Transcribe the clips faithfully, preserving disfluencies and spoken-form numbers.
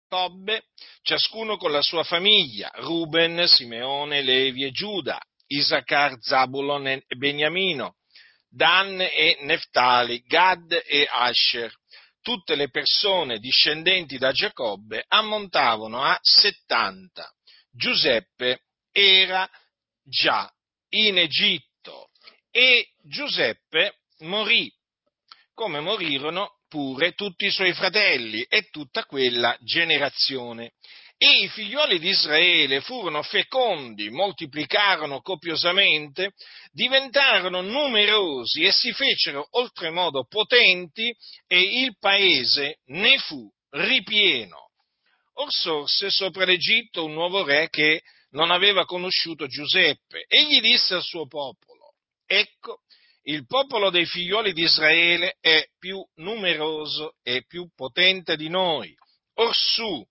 Giacobbe, ciascuno con la sua famiglia, Ruben, Simeone, Levi e Giuda, Isachar, Zabulon e Beniamino, Dan e Neftali, Gad e Asher. Tutte le persone discendenti da Giacobbe ammontavano a settanta. Giuseppe era già in Egitto e Giuseppe morì, come morirono pure tutti i suoi fratelli e tutta quella generazione. E i figlioli di Israele furono fecondi, moltiplicarono copiosamente, diventarono numerosi e si fecero oltremodo potenti, e il paese ne fu ripieno. Or sorse sopra l'Egitto un nuovo re che non aveva conosciuto Giuseppe. Egli disse al suo popolo: ecco, il popolo dei figlioli di Israele è più numeroso e più potente di noi. Orsù,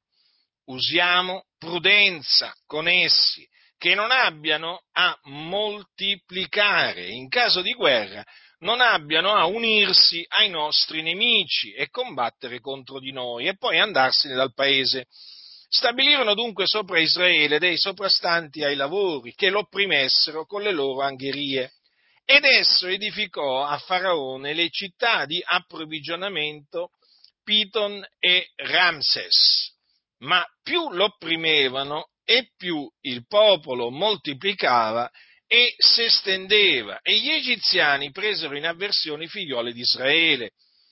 usiamo prudenza con essi, che non abbiano a moltiplicare, in caso di guerra non abbiano a unirsi ai nostri nemici e combattere contro di noi e poi andarsene dal paese. Stabilirono dunque sopra Israele dei soprastanti ai lavori che lo opprimessero con le loro angherie. Ed esso edificò a Faraone le città di approvvigionamento Piton e Ramses, ma più lo opprimevano e più il popolo moltiplicava e si estendeva, e gli egiziani presero in avversione i figlioli di Israele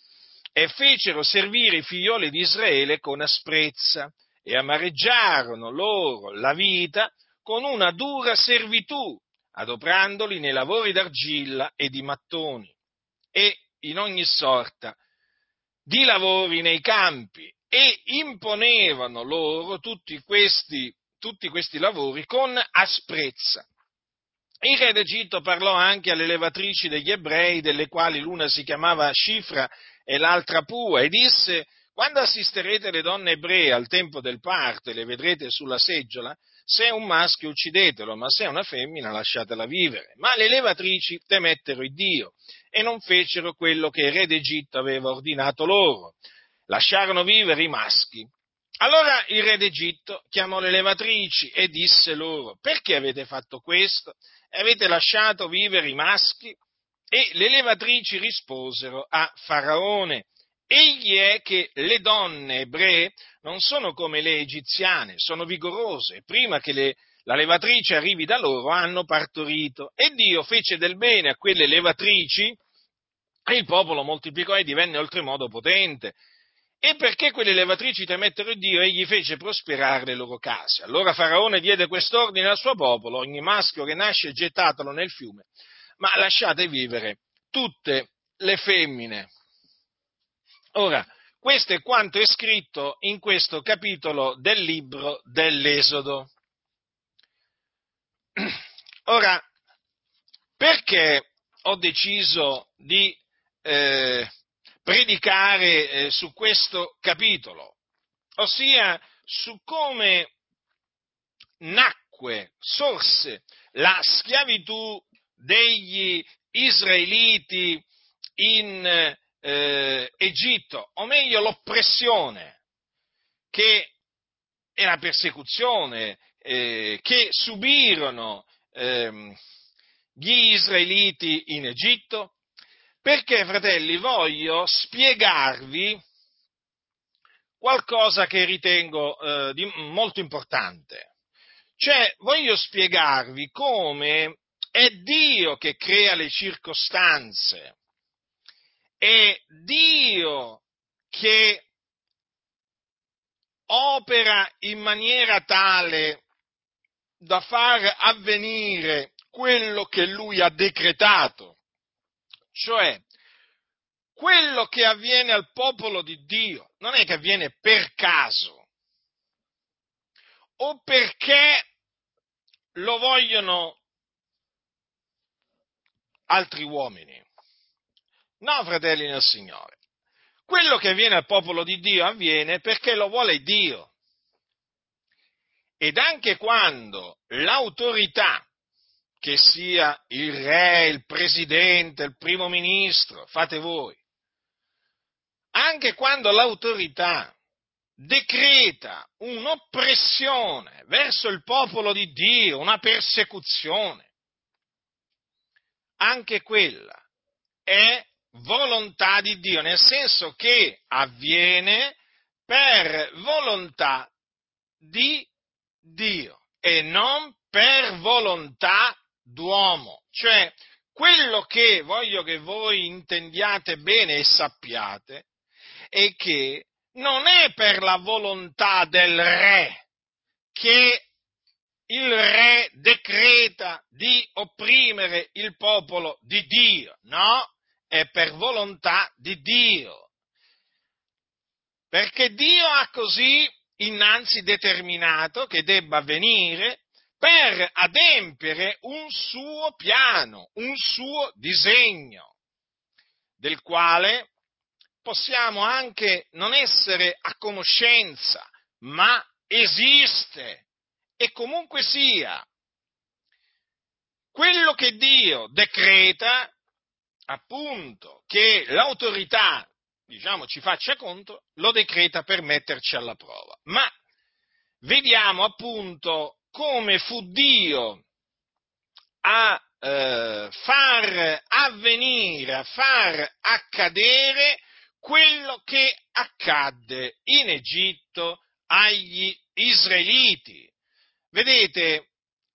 e fecero servire i figlioli di Israele con asprezza e amareggiarono loro la vita con una dura servitù, adoprandoli nei lavori d'argilla e di mattoni e in ogni sorta di lavori nei campi, e imponevano loro tutti questi, tutti questi lavori con asprezza. Il re d'Egitto parlò anche alle levatrici degli ebrei, delle quali l'una si chiamava Cifra e l'altra Pua, e disse: quando assisterete le donne ebree al tempo del parto e le vedrete sulla seggiola, se è un maschio uccidetelo, ma se è una femmina lasciatela vivere. Ma le levatrici temettero il Dio e non fecero quello che il re d'Egitto aveva ordinato loro. Lasciarono vivere i maschi. Allora il re d'Egitto chiamò le levatrici e disse loro: perché avete fatto questo? Avete lasciato vivere i maschi? E le levatrici risposero a Faraone: egli è che le donne ebree non sono come le egiziane, sono vigorose, prima che le, la levatrice arrivi da loro hanno partorito. E Dio fece del bene a quelle levatrici, e il popolo moltiplicò e divenne oltremodo potente. E perché quelle levatrici temettero Dio, egli fece prosperare le loro case. Allora Faraone diede quest'ordine al suo popolo: ogni maschio che nasce gettatelo nel fiume, ma lasciate vivere tutte le femmine. Ora, questo è quanto è scritto in questo capitolo del libro dell'Esodo. Ora, perché ho deciso di eh, predicare eh, su questo capitolo? Ossia, su come nacque, sorse la schiavitù degli israeliti in eh, Egitto, o meglio l'oppressione che, e la persecuzione eh, che subirono eh, gli israeliti in Egitto. Perché, fratelli, voglio spiegarvi qualcosa che ritengo eh, di molto importante. Cioè, voglio spiegarvi come è Dio che crea le circostanze, è Dio che opera in maniera tale da far avvenire quello che Lui ha decretato. Cioè, quello che avviene al popolo di Dio non è che avviene per caso o perché lo vogliono altri uomini. No, fratelli nel Signore. Quello che avviene al popolo di Dio avviene perché lo vuole Dio. Ed anche quando l'autorità, che sia il re, il presidente, il primo ministro, fate voi, anche quando l'autorità decreta un'oppressione verso il popolo di Dio, una persecuzione, anche quella è volontà di Dio, nel senso che avviene per volontà di Dio e non per volontà d'uomo. Cioè, quello che voglio che voi intendiate bene e sappiate è che non è per la volontà del re che il re decreta di opprimere il popolo di Dio, no, è per volontà di Dio, perché Dio ha così innanzi determinato che debba avvenire per adempiere un suo piano, un suo disegno, del quale possiamo anche non essere a conoscenza, ma esiste. E comunque sia, quello che Dio decreta, appunto, che l'autorità, diciamo, ci faccia conto, lo decreta per metterci alla prova. Ma vediamo appunto come fu Dio a eh, far avvenire, a far accadere quello che accadde in Egitto agli israeliti. Vedete,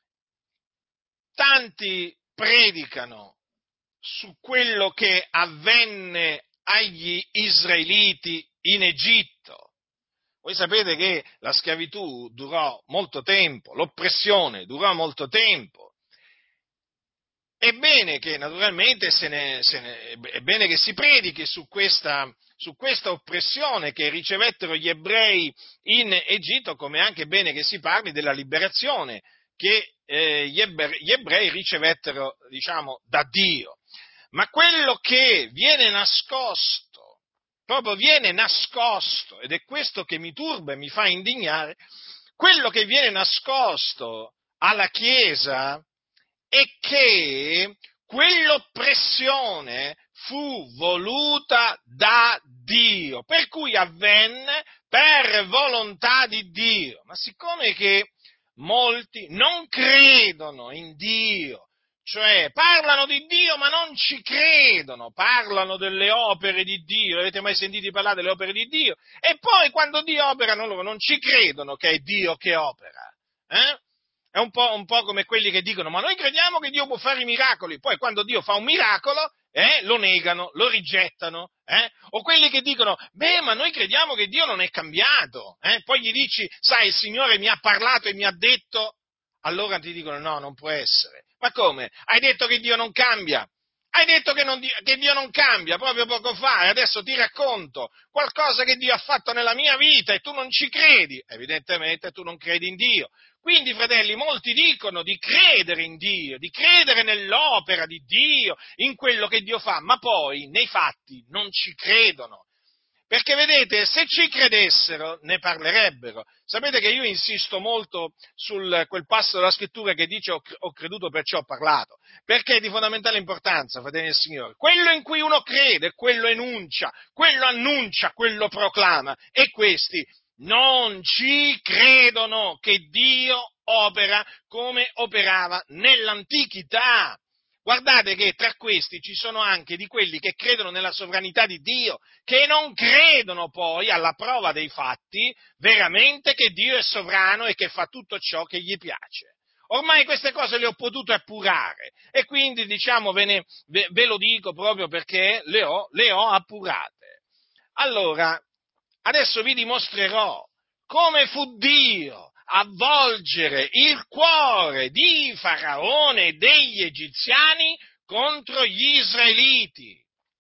tanti predicano su quello che avvenne agli israeliti in Egitto. Voi sapete che la schiavitù durò molto tempo, l'oppressione durò molto tempo. È bene che naturalmente se ne, se ne, è bene che si predichi su questa, su questa oppressione che ricevettero gli ebrei in Egitto, come è anche bene che si parli della liberazione che eh, gli, ebrei, gli ebrei ricevettero, diciamo, da Dio. Ma quello che viene nascosto, proprio viene nascosto, ed è questo che mi turba e mi fa indignare, quello che viene nascosto alla Chiesa è che quell'oppressione fu voluta da Dio, per cui avvenne per volontà di Dio. Ma siccome che molti non credono in Dio, cioè parlano di Dio ma non ci credono, parlano delle opere di Dio, avete mai sentito parlare delle opere di Dio? E poi quando Dio opera loro non ci credono che è Dio che opera, eh? È un po', un po' come quelli che dicono, ma noi crediamo che Dio può fare i miracoli, poi quando Dio fa un miracolo, eh, lo negano, lo rigettano, eh? O quelli che dicono, beh, ma noi crediamo che Dio non è cambiato, eh? Poi gli dici, sai, il Signore mi ha parlato e mi ha detto, allora ti dicono, no, non può essere. Ma come? Hai detto che Dio non cambia? Hai detto che, non, che Dio non cambia proprio poco fa e adesso ti racconto qualcosa che Dio ha fatto nella mia vita e tu non ci credi. Evidentemente tu non credi in Dio. Quindi, fratelli, molti dicono di credere in Dio, di credere nell'opera di Dio, in quello che Dio fa, ma poi nei fatti non ci credono. Perché vedete, se ci credessero, ne parlerebbero. Sapete che io insisto molto su quel passo della scrittura che dice ho creduto perciò ho parlato, perché è di fondamentale importanza, fratelli del Signore. Quello in cui uno crede, quello enuncia, quello annuncia, quello proclama, e questi non ci credono che Dio opera come operava nell'antichità. Guardate che tra questi ci sono anche di quelli che credono nella sovranità di Dio, che non credono poi, alla prova dei fatti, veramente che Dio è sovrano e che fa tutto ciò che gli piace. Ormai queste cose le ho potute appurare e quindi, diciamo, ve, ne, ve, ve lo dico proprio perché le ho, le ho appurate. Allora, adesso vi dimostrerò come fu Dio a volgere il cuore di Faraone e degli egiziani contro gli israeliti.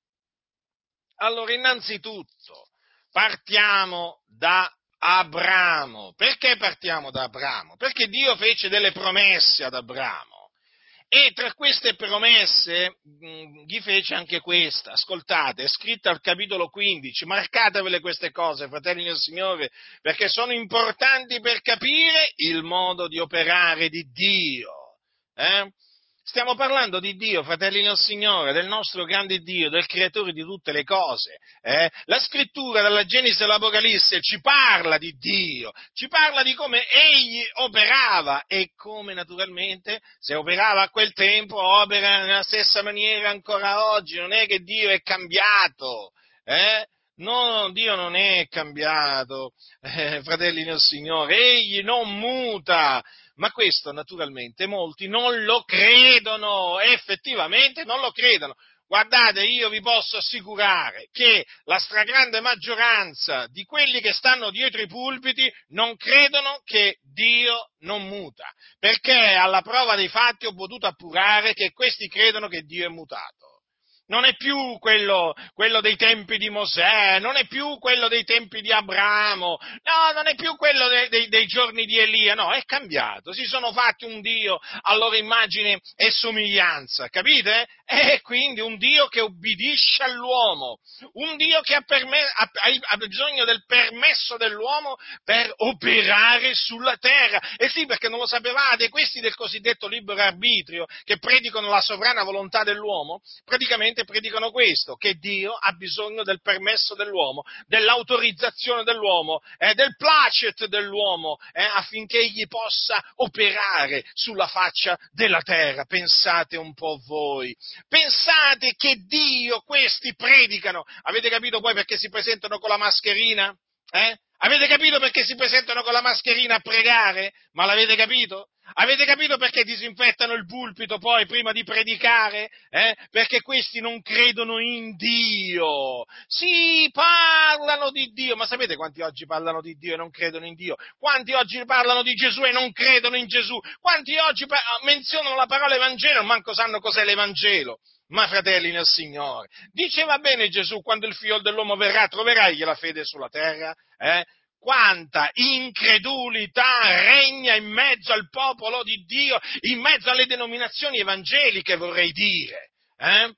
Allora, innanzitutto, partiamo da Abramo. Perché partiamo da Abramo? Perché Dio fece delle promesse ad Abramo. E tra queste promesse mh, gli fece anche questa, ascoltate, è scritta al capitolo quindici, marcatevele queste cose, fratelli del Signore, perché sono importanti per capire il modo di operare di Dio. Eh? Stiamo parlando di Dio, fratelli nel Signore, del nostro grande Dio, del creatore di tutte le cose. Eh? La scrittura dalla Genesi all'Apocalisse ci parla di Dio, ci parla di come Egli operava e come naturalmente se operava a quel tempo opera nella stessa maniera ancora oggi. Non è che Dio è cambiato, eh? No, Dio non è cambiato, eh, fratelli nel Signore, Egli non muta. Ma questo naturalmente molti non lo credono, effettivamente non lo credono. Guardate, io vi posso assicurare che la stragrande maggioranza di quelli che stanno dietro i pulpiti non credono che Dio non muta, perché alla prova dei fatti ho potuto appurare che questi credono che Dio è mutato. Non è più quello, quello dei tempi di Mosè, non è più quello dei tempi di Abramo, no, non è più quello dei, dei, dei giorni di Elia, no, è cambiato, si sono fatti un Dio a loro immagine e somiglianza, capite? E quindi un Dio che obbedisce all'uomo, un Dio che ha, perme- ha, ha bisogno del permesso dell'uomo per operare sulla terra. E sì, perché non lo sapevate, questi del cosiddetto libero arbitrio, che predicano la sovrana volontà dell'uomo, praticamente predicano questo, che Dio ha bisogno del permesso dell'uomo, dell'autorizzazione dell'uomo, eh, del placet dell'uomo, eh, affinché egli possa operare sulla faccia della terra. Pensate un po' voi, pensate che Dio questi predicano. Avete capito poi perché si presentano con la mascherina? Eh? Avete capito perché si presentano con la mascherina a pregare? Ma l'avete capito? Avete capito perché disinfettano il pulpito poi prima di predicare? Eh? Perché questi non credono in Dio. Sì, parlano di Dio, ma sapete quanti oggi parlano di Dio e non credono in Dio? Quanti oggi parlano di Gesù e non credono in Gesù? Quanti oggi menzionano la parola Evangelo e manco sanno cos'è l'Evangelo? Ma fratelli nel Signore, diceva bene Gesù, quando il figlio dell'uomo verrà, troverà egli la fede sulla terra? Eh? Quanta incredulità regna in mezzo al popolo di Dio, in mezzo alle denominazioni evangeliche, vorrei dire. Eh?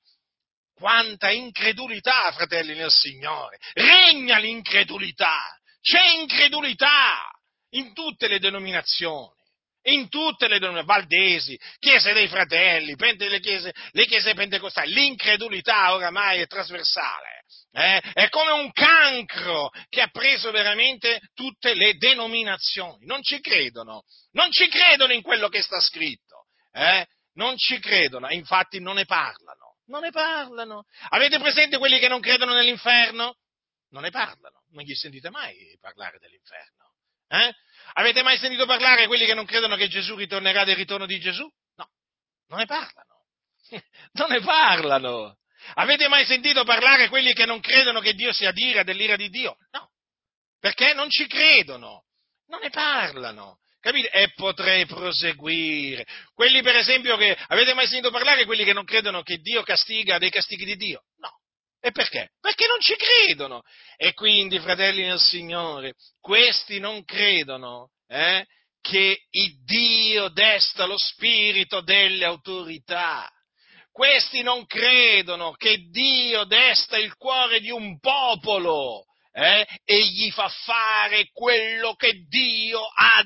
Quanta incredulità, fratelli nel Signore. Regna l'incredulità. C'è incredulità in tutte le denominazioni. In tutte le denominazioni, Valdesi, Chiese dei Fratelli, le chiese, le chiese pentecostali, l'incredulità oramai è trasversale. Eh? È come un cancro che ha preso veramente tutte le denominazioni. Non ci credono, non ci credono in quello che sta scritto. Eh? Non ci credono, infatti non ne parlano, non ne parlano. Avete presente quelli che non credono nell'inferno? Non ne parlano, non gli sentite mai parlare dell'inferno. Eh? Avete mai sentito parlare quelli che non credono che Gesù ritornerà del ritorno di Gesù? No, non ne parlano, non ne parlano. Avete mai sentito parlare quelli che non credono che Dio sia d'ira, dell'ira di Dio? No, perché non ci credono, non ne parlano. Capite? E potrei proseguire. Quelli, per esempio, che avete mai sentito parlare quelli che non credono che Dio castiga dei castighi di Dio? No. E perché? Perché non ci credono. E quindi, fratelli nel Signore, questi non credono eh, che il Dio desta lo spirito delle autorità. Questi non credono che Dio desta il cuore di un popolo eh, e gli fa fare quello che Dio ha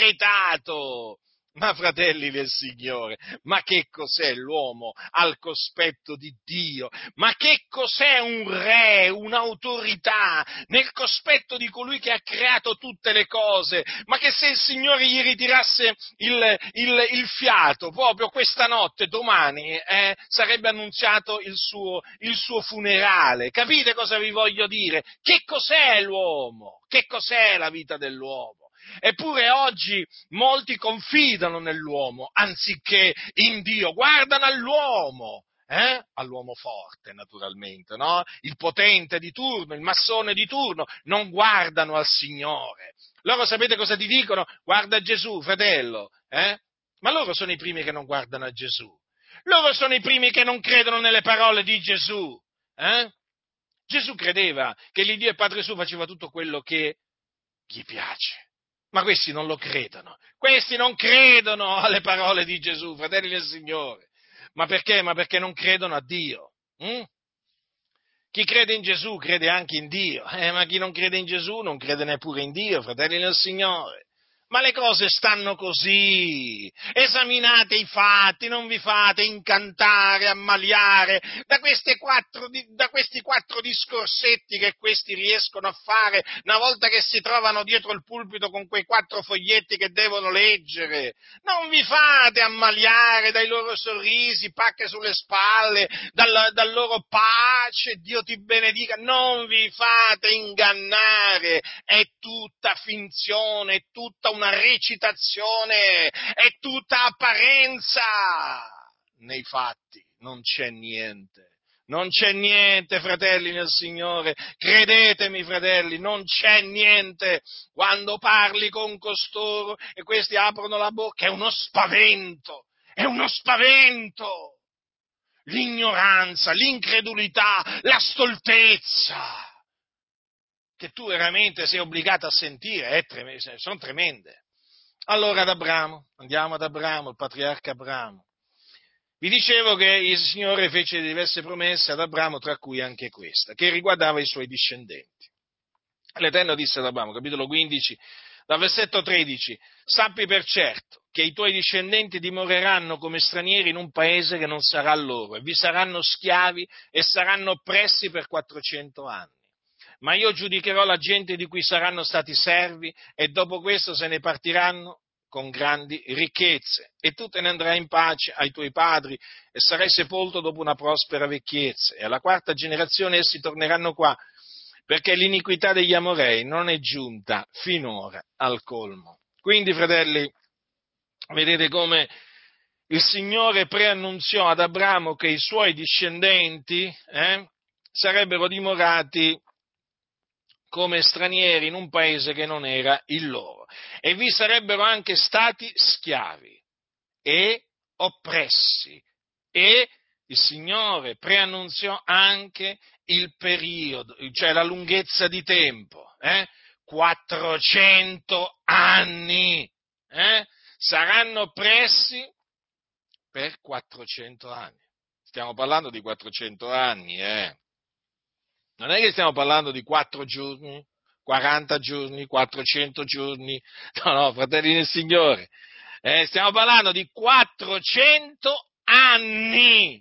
decretato. Ma fratelli del Signore, ma che cos'è l'uomo al cospetto di Dio? Ma che cos'è un re, un'autorità nel cospetto di colui che ha creato tutte le cose? Ma che se il Signore gli ritirasse il, il, il fiato proprio questa notte, domani, eh, sarebbe annunziato il suo, il suo funerale. Capite cosa vi voglio dire? Che cos'è l'uomo? Che cos'è la vita dell'uomo? Eppure oggi molti confidano nell'uomo anziché in Dio, guardano all'uomo, eh? all'uomo forte naturalmente, no? Il potente di turno, il massone di turno, non guardano al Signore. Loro sapete cosa ti dicono? Guarda Gesù, fratello, eh? Ma loro sono i primi che non guardano a Gesù, loro sono i primi che non credono nelle parole di Gesù. Eh? Gesù credeva che l'Iddio e Padre suo faceva tutto quello che gli piace. Ma questi non lo credono, questi non credono alle parole di Gesù, fratelli del Signore. Ma perché? Ma perché non credono a Dio. Hm? Chi crede in Gesù crede anche in Dio, eh, ma chi non crede in Gesù non crede neppure in Dio, fratelli del Signore. Ma le cose stanno così. Esaminate i fatti, non vi fate incantare, ammaliare da, queste quattro, da questi quattro discorsetti che questi riescono a fare una volta che si trovano dietro il pulpito con quei quattro foglietti che devono leggere. Non vi fate ammaliare dai loro sorrisi, pacche sulle spalle, dal, dal loro pace, Dio ti benedica. Non vi fate ingannare. È tutta finzione, è tutta una recitazione, è tutta apparenza. Nei fatti non c'è niente. Non c'è niente, fratelli nel Signore, credetemi, fratelli, non c'è niente. Quando parli con costoro e questi aprono la bocca, è uno spavento, è uno spavento. L'ignoranza, l'incredulità, la stoltezza che tu veramente sei obbligato a sentire, è trem- sono tremende. Allora ad Abramo, andiamo ad Abramo, il patriarca Abramo. Vi dicevo che il Signore fece diverse promesse ad Abramo, tra cui anche questa, che riguardava i suoi discendenti. L'Eterno disse ad Abramo, capitolo quindici, dal versetto tredici, sappi per certo che i tuoi discendenti dimoreranno come stranieri in un paese che non sarà loro, e vi saranno schiavi e saranno oppressi per quattrocento anni. Ma io giudicherò la gente di cui saranno stati servi e dopo questo se ne partiranno con grandi ricchezze e tu te ne andrai in pace ai tuoi padri e sarai sepolto dopo una prospera vecchiezza e alla quarta generazione essi torneranno qua perché l'iniquità degli Amorei non è giunta finora al colmo. Quindi, fratelli, vedete come il Signore preannunziò ad Abramo che i suoi discendenti eh, sarebbero dimorati come stranieri in un paese che non era il loro, e vi sarebbero anche stati schiavi e oppressi, e il Signore preannunziò anche il periodo, cioè la lunghezza di tempo, eh? quattrocento anni, eh? saranno oppressi per quattrocento anni, stiamo parlando di quattrocento anni, eh? Non è che stiamo parlando di quattro giorni, quaranta giorni, quattrocento giorni, no, no, fratelli del Signore, eh, stiamo parlando di quattrocento anni.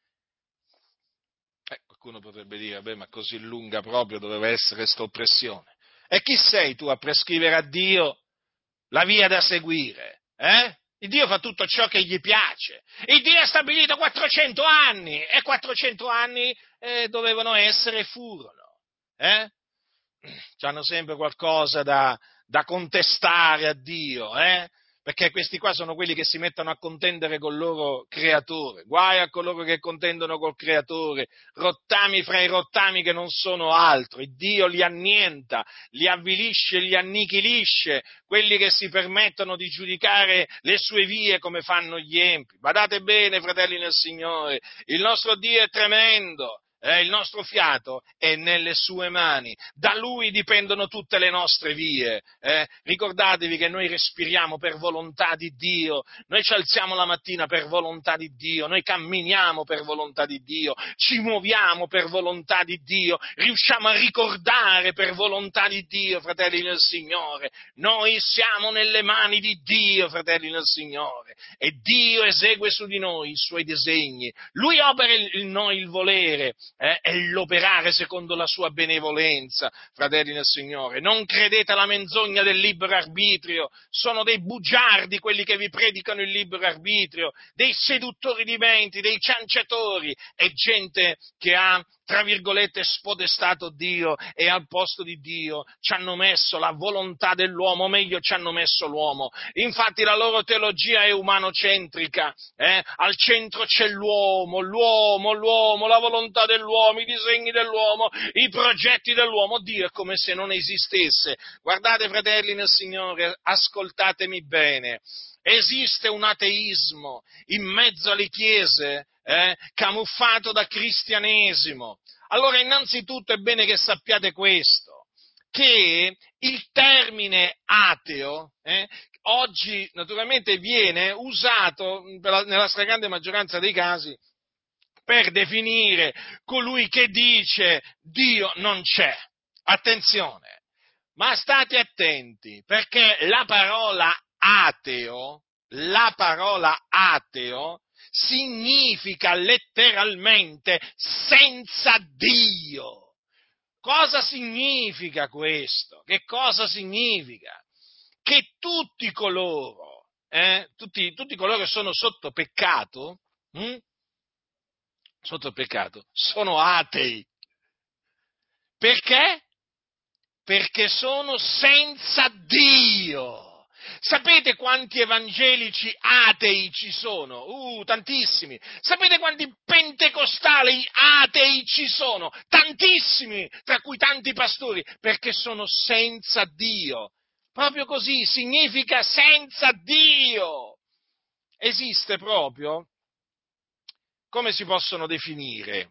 Eh, qualcuno potrebbe dire, beh, ma così lunga proprio doveva essere sta oppressione. E chi sei tu a prescrivere a Dio la via da seguire? Eh? Il Dio fa tutto ciò che gli piace. Il Dio ha stabilito quattrocento anni e quattrocento anni eh, dovevano essere e furono. Eh? C'hanno sempre qualcosa da, da contestare a Dio, eh? Perché questi qua sono quelli che si mettono a contendere col loro creatore. Guai a coloro che contendono col creatore, rottami fra i rottami che non sono altro. E Dio li annienta, li avvilisce, li annichilisce, quelli che si permettono di giudicare le sue vie come fanno gli empi. Badate bene, fratelli nel Signore, il nostro Dio è tremendo. Eh, il nostro fiato è nelle sue mani, da Lui dipendono tutte le nostre vie. Eh? Ricordatevi che noi respiriamo per volontà di Dio, noi ci alziamo la mattina per volontà di Dio, noi camminiamo per volontà di Dio, ci muoviamo per volontà di Dio, riusciamo a ricordare per volontà di Dio, fratelli nel Signore. Noi siamo nelle mani di Dio, fratelli nel Signore, e Dio esegue su di noi i Suoi disegni. Lui opera in noi il volere, Eh, è l'operare secondo la sua benevolenza, fratelli nel Signore. Non credete alla menzogna del libero arbitrio, sono dei bugiardi quelli che vi predicano il libero arbitrio, dei seduttori di menti, dei cianciatori, è gente che ha, tra virgolette, spodestato Dio e al posto di Dio ci hanno messo la volontà dell'uomo, o meglio ci hanno messo l'uomo. Infatti la loro teologia è umanocentrica, eh? Al centro c'è l'uomo, l'uomo, l'uomo, la volontà dell'uomo, l'uomo, i disegni dell'uomo, i progetti dell'uomo. Dio è come se non esistesse. Guardate, fratelli nel Signore, ascoltatemi bene, esiste un ateismo in mezzo alle chiese, eh, camuffato da cristianesimo. Allora, innanzitutto è bene che sappiate questo, che il termine ateo, eh, oggi naturalmente viene usato nella stragrande maggioranza dei casi per definire colui che dice Dio non c'è. Attenzione, Ma state attenti, perché la parola ateo, la parola ateo significa letteralmente senza Dio. Cosa significa questo? Che cosa significa? Che tutti coloro, eh, tutti, tutti coloro che sono sotto peccato, hm? sotto peccato, sono atei. Perché? Perché sono senza Dio. Sapete quanti evangelici atei ci sono? Uh, tantissimi. Sapete quanti pentecostali atei ci sono? Tantissimi, tra cui tanti pastori, perché sono senza Dio. Proprio così, significa senza Dio. Esiste proprio, come si possono definire?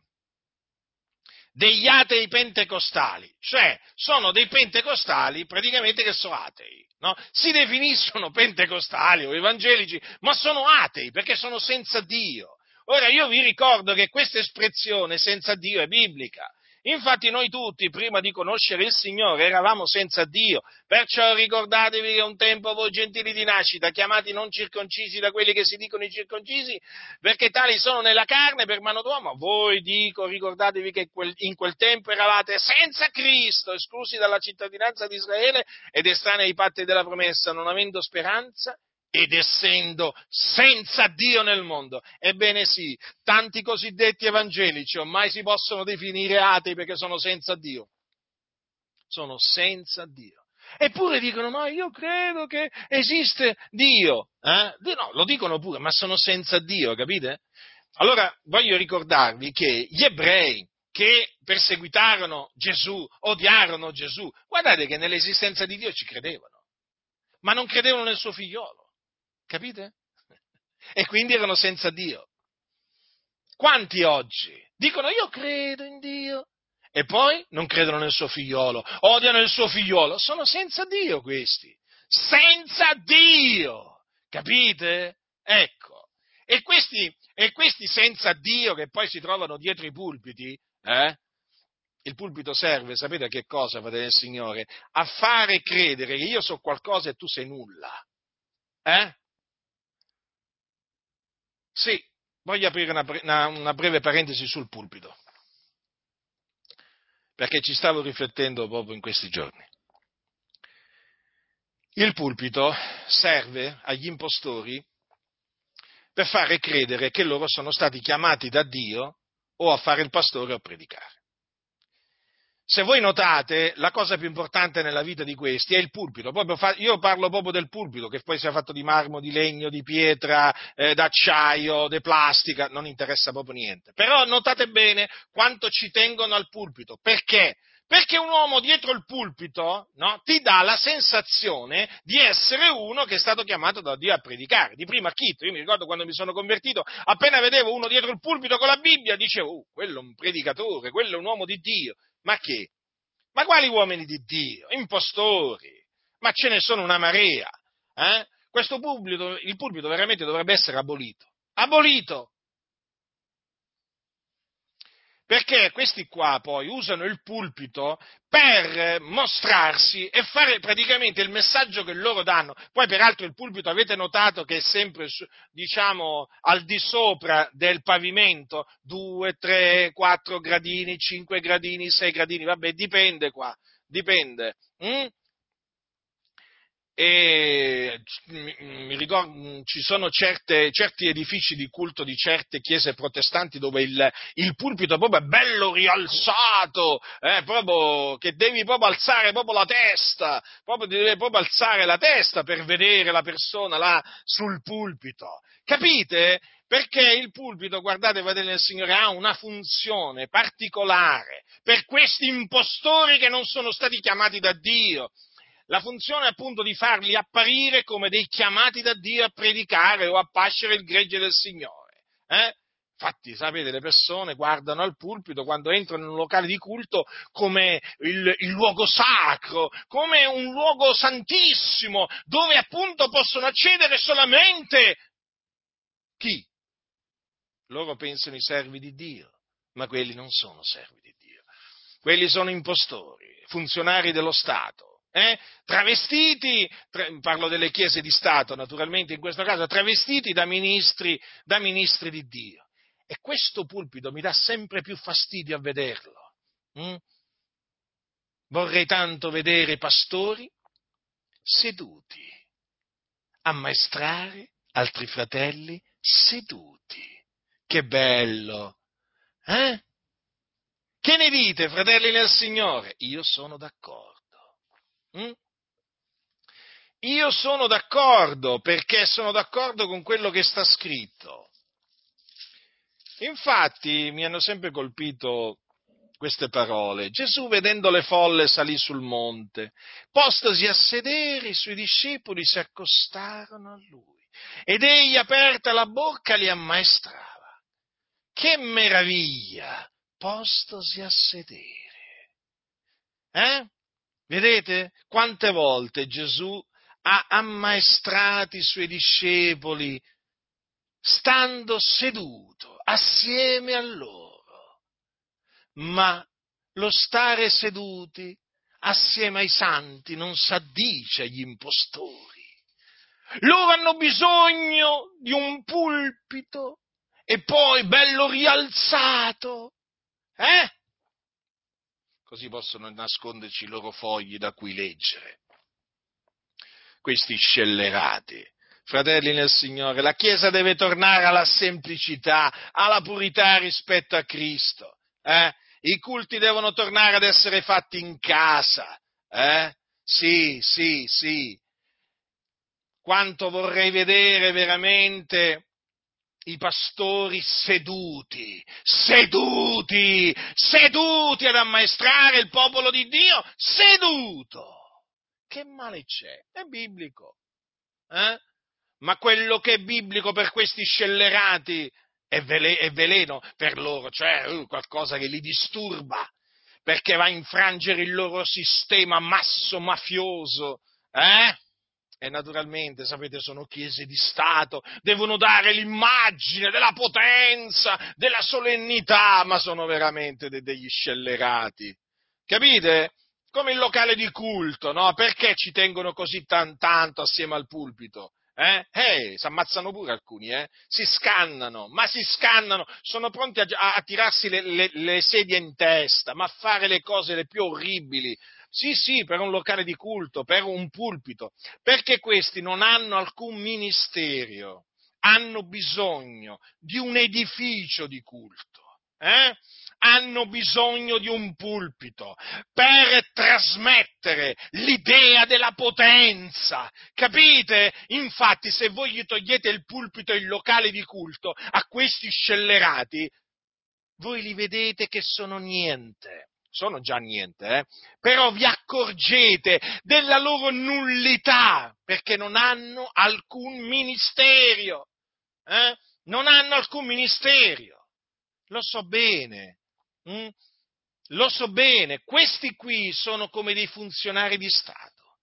Degli atei pentecostali, cioè sono dei pentecostali praticamente che sono atei, no? Si definiscono pentecostali o evangelici, ma sono atei perché sono senza Dio. Ora io vi ricordo che questa espressione senza Dio è biblica. Infatti noi tutti, prima di conoscere il Signore, eravamo senza Dio, perciò ricordatevi che un tempo voi gentili di nascita, chiamati non circoncisi da quelli che si dicono i circoncisi, perché tali sono nella carne per mano d'uomo, voi dico, ricordatevi che quel, in quel tempo eravate senza Cristo, esclusi dalla cittadinanza di Israele ed estranei ai patti della promessa, non avendo speranza ed essendo senza Dio nel mondo. Ebbene sì, tanti cosiddetti evangelici ormai si possono definire atei perché sono senza Dio. Sono senza Dio. Eppure dicono, ma io credo che esiste Dio. Eh? No, lo dicono pure, ma sono senza Dio, capite? Allora voglio ricordarvi che gli ebrei che perseguitarono Gesù, odiarono Gesù, guardate che nell'esistenza di Dio ci credevano, ma non credevano nel suo figliolo. Capite? E quindi erano senza Dio. Quanti oggi dicono io credo in Dio e poi non credono nel suo figliolo, odiano il suo figliolo, sono senza Dio questi, senza Dio, capite? Ecco, e questi, e questi senza Dio che poi si trovano dietro i pulpiti, eh? Il pulpito serve, sapete a che cosa, fratelli del Signore? A fare credere che io so qualcosa e tu sei nulla, eh? Sì, voglio aprire una, una, una breve parentesi sul pulpito, perché ci stavo riflettendo proprio in questi giorni. Il pulpito serve agli impostori per fare credere che loro sono stati chiamati da Dio o a fare il pastore o a predicare. Se voi notate, la cosa più importante nella vita di questi è il pulpito. Proprio fa, io parlo proprio del pulpito, che poi sia fatto di marmo, di legno, di pietra, eh, d'acciaio, di plastica, non interessa proprio niente. Però notate bene quanto ci tengono al pulpito. Perché? Perché un uomo dietro il pulpito, no, ti dà la sensazione di essere uno che è stato chiamato da Dio a predicare. Di primo acchito, io mi ricordo quando mi sono convertito, appena vedevo uno dietro il pulpito con la Bibbia, dicevo, uh, quello è un predicatore, quello è un uomo di Dio. Ma che? Ma quali uomini di Dio? Impostori? Ma ce ne sono una marea. Eh? Questo pulpito, il pulpito veramente dovrebbe essere abolito. Abolito! Perché questi qua poi usano il pulpito per mostrarsi e fare praticamente il messaggio che loro danno. Poi peraltro il pulpito avete notato che è sempre, diciamo, al di sopra del pavimento, due, tre, quattro gradini, cinque gradini, sei gradini, vabbè, dipende qua, dipende. Mm? E mi ricordo, ci sono certe, certi edifici di culto di certe chiese protestanti dove il, il pulpito proprio è bello rialzato, eh, proprio, che devi proprio alzare proprio la testa, proprio devi proprio alzare la testa per vedere la persona là sul pulpito. Capite? Perché il pulpito, guardate, fratelli del Signore, ha una funzione particolare per questi impostori che non sono stati chiamati da Dio. La funzione è appunto di farli apparire come dei chiamati da Dio a predicare o a pascere il gregge del Signore. Eh? Infatti, sapete, le persone guardano al pulpito quando entrano in un locale di culto come il, il luogo sacro, come un luogo santissimo, dove appunto possono accedere solamente chi? Loro pensano i servi di Dio, ma quelli non sono servi di Dio. Quelli sono impostori, funzionari dello Stato. eh? travestiti, tra, parlo delle chiese di Stato naturalmente in questo caso, travestiti da ministri, da ministri di Dio. E questo pulpito mi dà sempre più fastidio a vederlo. Mm? Vorrei tanto vedere i pastori seduti, ammaestrare altri fratelli seduti. Che bello! Eh? Che ne dite, fratelli nel Signore? Io sono d'accordo. Mm? Io sono d'accordo, perché sono d'accordo con quello che sta scritto. Infatti mi hanno sempre colpito queste parole. Gesù, vedendo le folle, salì sul monte. Postosi a sedere, i suoi discepoli si accostarono a lui. Ed egli, aperta la bocca, li ammaestrava. Che meraviglia! Postosi a sedere. Eh? Vedete? Quante volte Gesù ha ammaestrato i suoi discepoli stando seduto assieme a loro. Ma lo stare seduti assieme ai santi non s'addice agli impostori. Loro hanno bisogno di un pulpito e poi bello rialzato, eh? Così possono nasconderci i loro fogli da cui leggere. Questi scellerati. Fratelli nel Signore, la Chiesa deve tornare alla semplicità, alla purità rispetto a Cristo. Eh? I culti devono tornare ad essere fatti in casa. Eh? Sì, sì, sì. Quanto vorrei vedere veramente i pastori seduti, seduti, seduti ad ammaestrare il popolo di Dio, seduto. Che male c'è? È biblico. Eh? Ma quello che è biblico per questi scellerati è, vele- è veleno per loro, cioè uh, qualcosa che li disturba, perché va a infrangere il loro sistema masso mafioso, eh? E naturalmente, sapete, sono chiese di Stato, devono dare l'immagine della potenza, della solennità, ma sono veramente de- degli scellerati. Capite? Come il locale di culto, no? Perché ci tengono così tan- tanto assieme al pulpito? Eh? Eh, si ammazzano pure alcuni, eh? Si scannano, ma si scannano, sono pronti a, a, a tirarsi le, le, le sedie in testa, ma a fare le cose le più orribili. Sì, sì, per un locale di culto, per un pulpito, perché questi non hanno alcun ministero, hanno bisogno di un edificio di culto, eh? Hanno bisogno di un pulpito per trasmettere l'idea della potenza, capite? Infatti, se voi gli togliete il pulpito e il locale di culto a questi scellerati, voi li vedete che sono niente. Sono già niente, eh? Però vi accorgete della loro nullità, perché non hanno alcun ministero, eh? Non hanno alcun ministero. Lo so bene, hm? Lo so bene, questi qui sono come dei funzionari di Stato.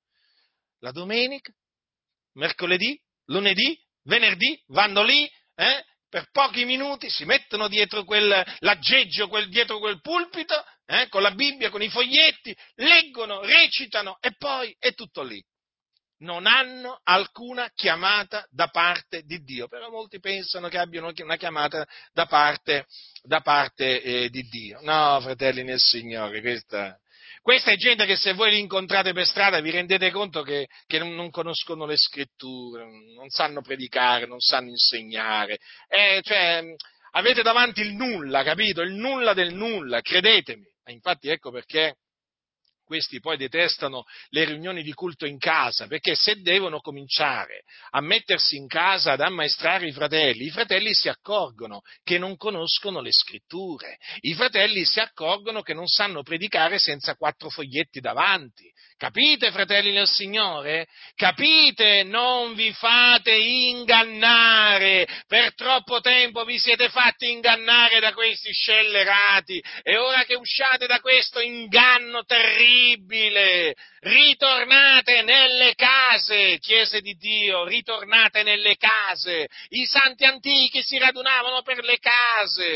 La domenica, mercoledì, lunedì, venerdì, vanno lì, eh? Per pochi minuti si mettono dietro quel, l'aggeggio, quel, dietro quel pulpito, eh? Con la Bibbia, con i foglietti, leggono, recitano e poi è tutto lì. Non hanno alcuna chiamata da parte di Dio, però molti pensano che abbiano una chiamata da parte, da parte eh, di Dio. No, fratelli nel Signore, questa, questa è gente che se voi li incontrate per strada vi rendete conto che, che non, non conoscono le scritture, non sanno predicare, non sanno insegnare, eh, cioè, avete davanti il nulla, capito? Il nulla del nulla, credetemi. Infatti ecco perché questi poi detestano le riunioni di culto in casa, perché se devono cominciare a mettersi in casa ad ammaestrare i fratelli, i fratelli si accorgono che non conoscono le scritture, i fratelli si accorgono che non sanno predicare senza quattro foglietti davanti. Capite, fratelli nel Signore? Capite? Non vi fate ingannare, per troppo tempo vi siete fatti ingannare da questi scellerati e ora che usciate da questo inganno terribile, ritornate nelle case, chiese di Dio, ritornate nelle case, i santi antichi si radunavano per le case,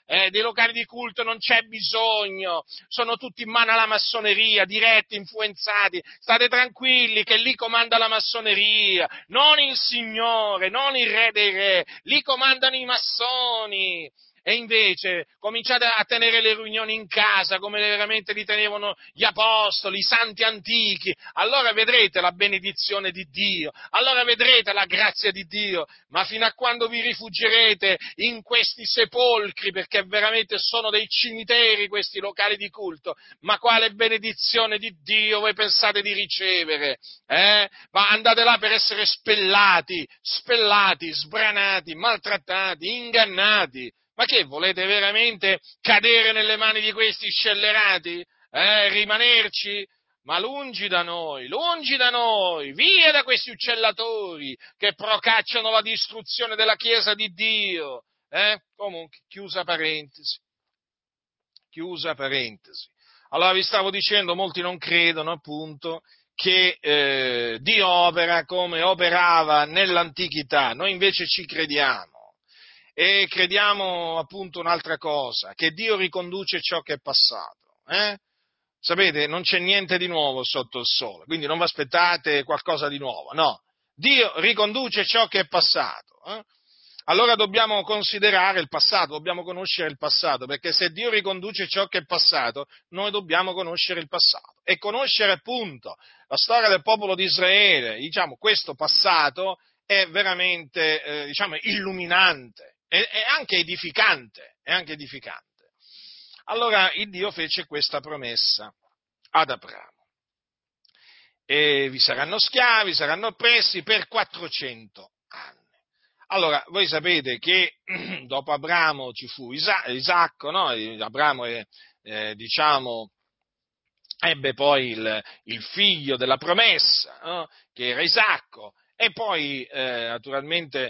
eh, dei locali di culto non c'è bisogno, sono tutti in mano alla massoneria, diretti, influenzati, state tranquilli che lì comanda la massoneria, non il Signore, non il Re dei Re, lì comandano i massoni. E invece cominciate a tenere le riunioni in casa come veramente li tenevano gli apostoli, i santi antichi, allora vedrete la benedizione di Dio, allora vedrete la grazia di Dio, ma fino a quando vi rifuggerete in questi sepolcri, perché veramente sono dei cimiteri questi locali di culto, ma quale benedizione di Dio voi pensate di ricevere? Eh? Ma andate là per essere spellati, spellati, sbranati, maltrattati, ingannati. Ma che, volete veramente cadere nelle mani di questi scellerati? Eh, rimanerci? Ma lungi da noi, lungi da noi, via da questi uccellatori che procacciano la distruzione della Chiesa di Dio. Eh? Comunque, chiusa parentesi, chiusa parentesi. Allora vi stavo dicendo, molti non credono appunto che eh, Dio opera come operava nell'antichità, noi invece ci crediamo. E crediamo appunto un'altra cosa, che Dio riconduce ciò che è passato. Eh? Sapete, non c'è niente di nuovo sotto il sole, quindi non vi aspettate qualcosa di nuovo, no. Dio riconduce ciò che è passato. Eh? Allora dobbiamo considerare il passato, dobbiamo conoscere il passato, perché se Dio riconduce ciò che è passato, noi dobbiamo conoscere il passato. E conoscere appunto la storia del popolo di Israele, diciamo, questo passato è veramente, eh, diciamo, illuminante. È, è anche edificante, è anche edificante. Allora il Dio fece questa promessa ad Abramo. E vi saranno schiavi, saranno oppressi per quattrocento anni. Allora, voi sapete che dopo Abramo ci fu Isa- Isacco, no? Abramo è, eh, diciamo, ebbe poi il, il figlio della promessa, no? Che era Isacco, e poi eh, naturalmente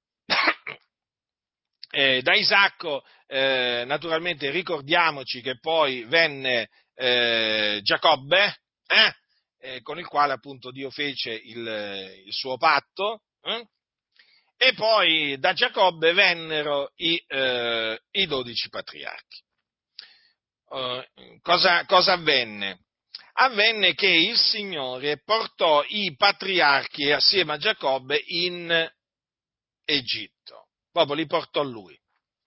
Eh, da Isacco, eh, naturalmente, ricordiamoci che poi venne eh, Giacobbe, eh, eh, con il quale appunto Dio fece il, il suo patto, eh, e poi da Giacobbe vennero i, eh, i dodici patriarchi. Uh, cosa, cosa avvenne? Avvenne che il Signore portò i patriarchi assieme a Giacobbe in Egitto, proprio li portò lui.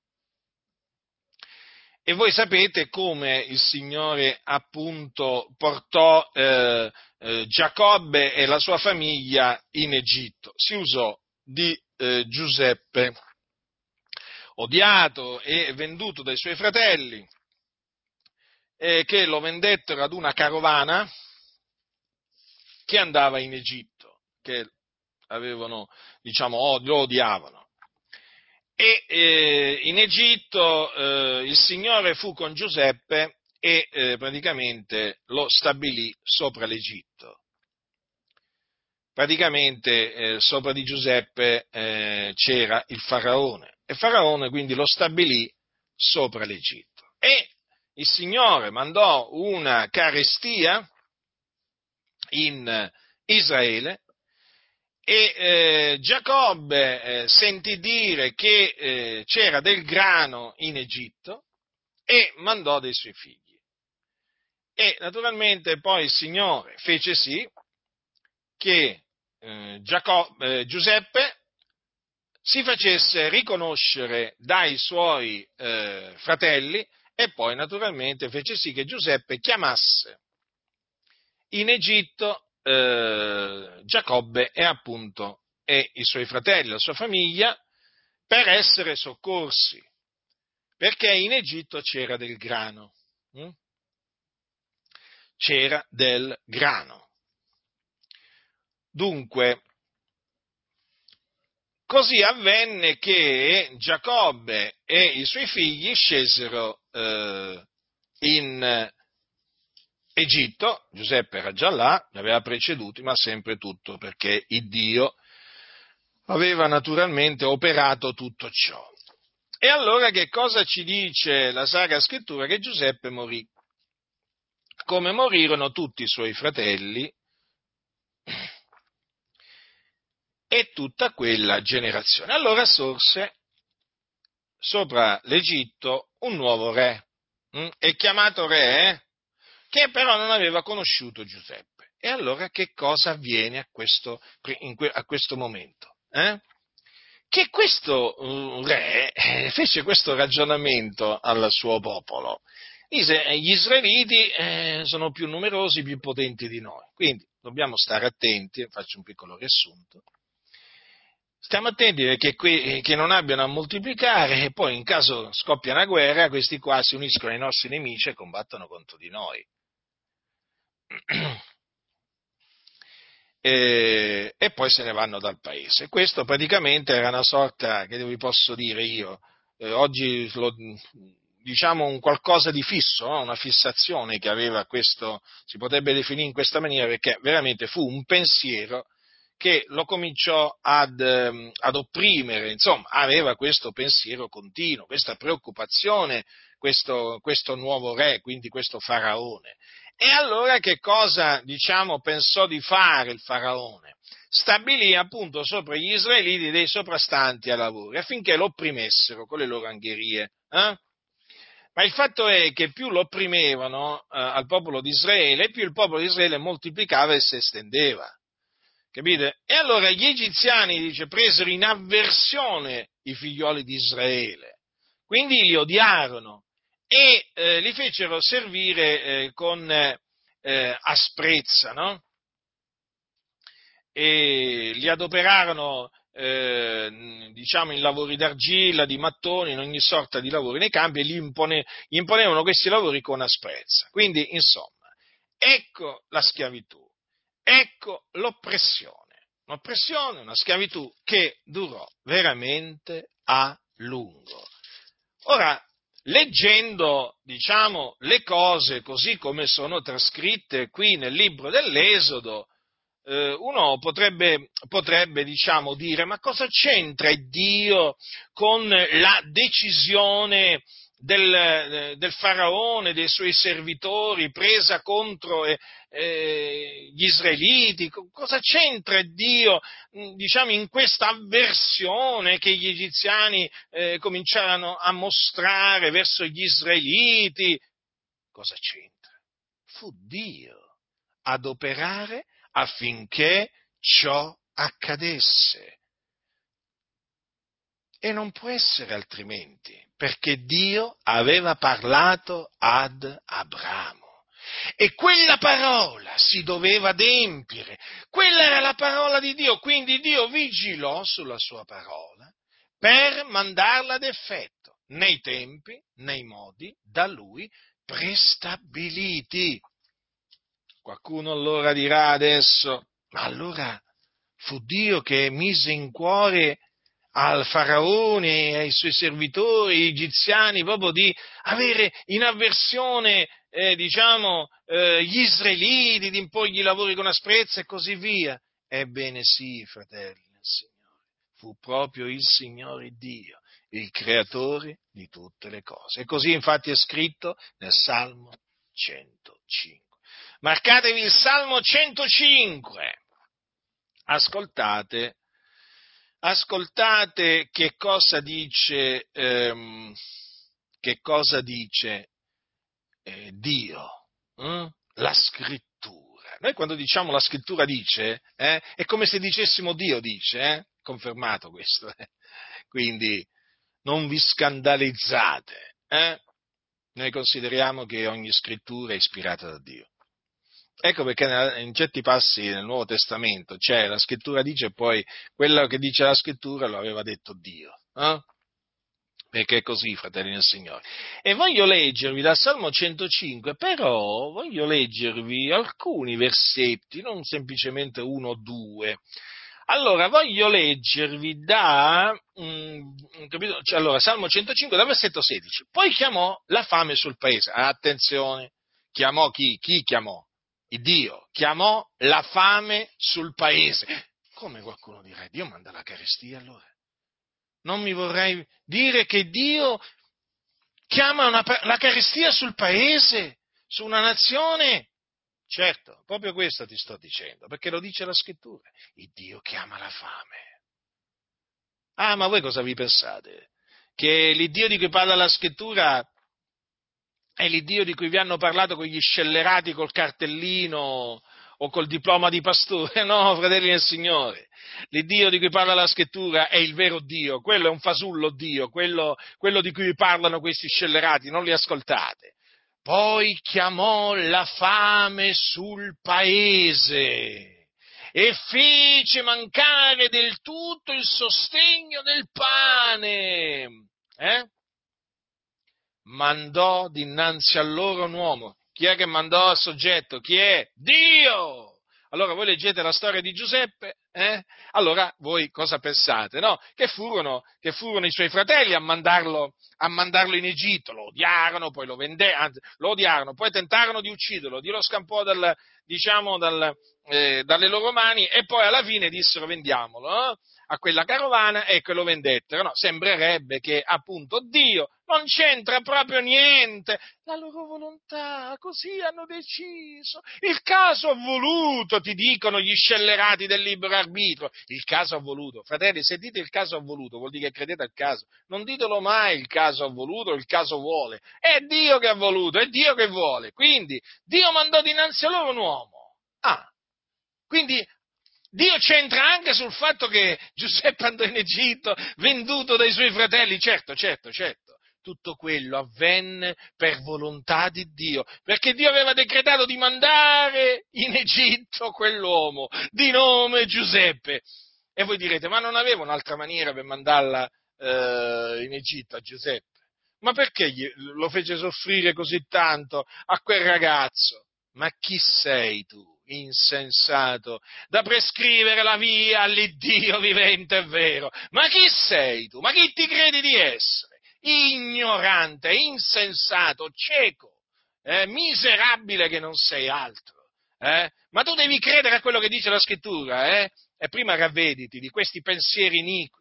E voi sapete come il Signore appunto portò eh, eh, Giacobbe e la sua famiglia in Egitto. Si usò di eh, Giuseppe, odiato e venduto dai suoi fratelli, eh, che lo vendettero ad una carovana che andava in Egitto, che avevano, diciamo, lo odiavano. E eh, in Egitto eh, il Signore fu con Giuseppe e eh, praticamente lo stabilì sopra l'Egitto. Praticamente eh, sopra di Giuseppe eh, c'era il Faraone e Faraone quindi lo stabilì sopra l'Egitto. E il Signore mandò una carestia in Israele. E eh, Giacobbe eh, sentì dire che eh, c'era del grano in Egitto e mandò dei suoi figli. E naturalmente poi il Signore fece sì che eh, Giacobbe, eh, Giuseppe si facesse riconoscere dai suoi eh, fratelli e poi naturalmente fece sì che Giuseppe chiamasse in Egitto eh, Giacobbe e appunto e i suoi fratelli, la sua famiglia, per essere soccorsi, perché in Egitto c'era del grano, hm? c'era del grano. Dunque, così avvenne che Giacobbe e i suoi figli scesero eh, in Egitto. Giuseppe era già là, li aveva preceduti, ma sempre tutto perché il Dio aveva naturalmente operato tutto ciò. E allora che cosa ci dice la Sacra Scrittura? Che Giuseppe morì, come morirono tutti i suoi fratelli e tutta quella generazione. Allora sorse sopra l'Egitto un nuovo re, mh? E chiamato re, che però non aveva conosciuto Giuseppe. E allora che cosa avviene a questo, in que, a questo momento? Eh? Che questo uh, re eh, fece questo ragionamento al suo popolo. Dice, eh, gli israeliti eh, sono più numerosi, più potenti di noi, quindi dobbiamo stare attenti, faccio un piccolo riassunto. Stiamo attenti che, que- che non abbiano a moltiplicare e poi in caso scoppia una guerra, questi qua si uniscono ai nostri nemici e combattono contro di noi. E, e poi se ne vanno dal paese. Questo praticamente era una sorta, che vi posso dire io, eh, oggi lo, diciamo un qualcosa di fisso, no? Una fissazione che aveva questo, si potrebbe definire in questa maniera, perché veramente fu un pensiero che lo cominciò ad, ehm, ad opprimere, insomma, aveva questo pensiero continuo, questa preoccupazione, questo, questo nuovo re, quindi questo faraone. E allora che cosa, diciamo, pensò di fare il faraone? Stabilì appunto sopra gli israeliti dei soprastanti a lavoro affinché lo opprimessero con le loro angherie. Eh? Ma il fatto è che più lo opprimevano eh, al popolo di Israele, più il popolo di Israele moltiplicava e si estendeva. Capite? E allora gli egiziani, dice, presero in avversione i figlioli di Israele, quindi li odiarono e eh, li fecero servire eh, con eh, asprezza, no? E li adoperarono, eh, diciamo, in lavori d'argilla, di mattoni, in ogni sorta di lavori nei campi e gli, impone, gli imponevano questi lavori con asprezza. Quindi, insomma, ecco la schiavitù, ecco l'oppressione. Un'oppressione, una schiavitù che durò veramente a lungo. Ora, leggendo, diciamo, le cose così come sono trascritte qui nel libro dell'Esodo, eh, uno potrebbe, potrebbe, diciamo, dire, ma cosa c'entra Dio con la decisione del, del faraone, dei suoi servitori, presa contro eh, eh, gli israeliti? Cosa c'entra Dio, diciamo, in questa avversione che gli egiziani eh, cominciarono a mostrare verso gli israeliti? Cosa c'entra? Fu Dio ad operare affinché ciò accadesse. E non può essere altrimenti, perché Dio aveva parlato ad Abramo. E quella parola si doveva adempiere, quella era la parola di Dio, quindi Dio vigilò sulla sua parola per mandarla ad effetto, nei tempi, nei modi da lui prestabiliti. Qualcuno allora dirà adesso, ma allora fu Dio che mise in cuore al faraone e ai suoi servitori egiziani proprio di avere in avversione, eh, diciamo, eh, gli israeliti, di imporgli i lavori con asprezza e così via. Ebbene sì, fratelli nel Signore, fu proprio il Signore Dio, il creatore di tutte le cose. E così infatti è scritto nel Salmo centocinque. Marcatevi il Salmo centocinque. Ascoltate, ascoltate che cosa dice, ehm, che cosa dice eh, Dio, hm? La scrittura. Noi quando diciamo la scrittura dice, eh, è come se dicessimo Dio dice, eh? Confermato questo. Eh? Quindi non vi scandalizzate. Eh? Noi consideriamo che ogni scrittura è ispirata da Dio. Ecco perché in certi passi nel Nuovo Testamento c'è, la scrittura dice e poi quello che dice la scrittura lo aveva detto Dio. Eh? Perché è così, fratelli del Signore. E voglio leggervi dal Salmo centocinque, però voglio leggervi alcuni versetti, non semplicemente uno o due. Allora, voglio leggervi da, mh, capito? Cioè, allora, Salmo centocinque, dal versetto sedici. Poi chiamò la fame sul paese. Attenzione, chiamò chi? Chi chiamò? Il Dio. Chiamò la fame sul paese. Come qualcuno dirà, Dio manda la carestia allora? Non mi vorrei dire che Dio chiama una, la carestia sul paese, su una nazione? Certo, proprio questo ti sto dicendo, perché lo dice la scrittura. Il Dio chiama la fame. Ah, ma voi cosa vi pensate? che l'Iddio di cui parla la Scrittura è l'Iddio di cui vi hanno parlato quegli scellerati col cartellino o col diploma di pastore? No, fratelli del Signore, l'Iddio di cui parla la Scrittura è il vero Dio, quello è un fasullo Dio, quello, quello di cui vi parlano questi scellerati, non li ascoltate. Poi chiamò la fame sul paese e fece mancare del tutto il sostegno del pane. Eh? Mandò dinanzi a loro un uomo. Chi è che mandò al soggetto? Chi è? Dio! Allora voi leggete la storia di Giuseppe, eh? Allora voi cosa pensate? No? Che furono, che furono i suoi fratelli a mandarlo, a mandarlo in Egitto, lo odiarono, poi lo venderono, anzi, lo odiarono, poi tentarono di ucciderlo, Dio lo scampò dal, diciamo, dal, eh, dalle loro mani e poi alla fine dissero vendiamolo, no? A quella carovana e che lo vendettero. No, sembrerebbe che appunto Dio non c'entra proprio niente, la loro volontà, così hanno deciso, il caso ha voluto, ti dicono gli scellerati del libero arbitrio, il caso ha voluto. Fratelli, se dite il caso ha voluto vuol dire che credete al caso, non ditelo mai il caso ha voluto, il caso vuole, è Dio che ha voluto, è Dio che vuole, quindi Dio mandò dinanzi a loro un uomo. Ah, quindi Dio c'entra anche sul fatto che Giuseppe andò in Egitto, venduto dai suoi fratelli, certo, certo, certo. Tutto quello avvenne per volontà di Dio, perché Dio aveva decretato di mandare in Egitto quell'uomo di nome Giuseppe. E voi direte, ma non aveva un'altra maniera per mandarla eh, in Egitto a Giuseppe? Ma perché gli, lo fece soffrire così tanto a quel ragazzo? Ma chi sei tu, insensato, da prescrivere la via all'Iddio vivente e vero? Ma chi sei tu? Ma chi ti credi di essere? Ignorante, insensato, cieco, eh, miserabile che non sei altro. Eh? Ma tu devi credere a quello che dice la Scrittura, eh? E prima ravvediti di questi pensieri iniqui.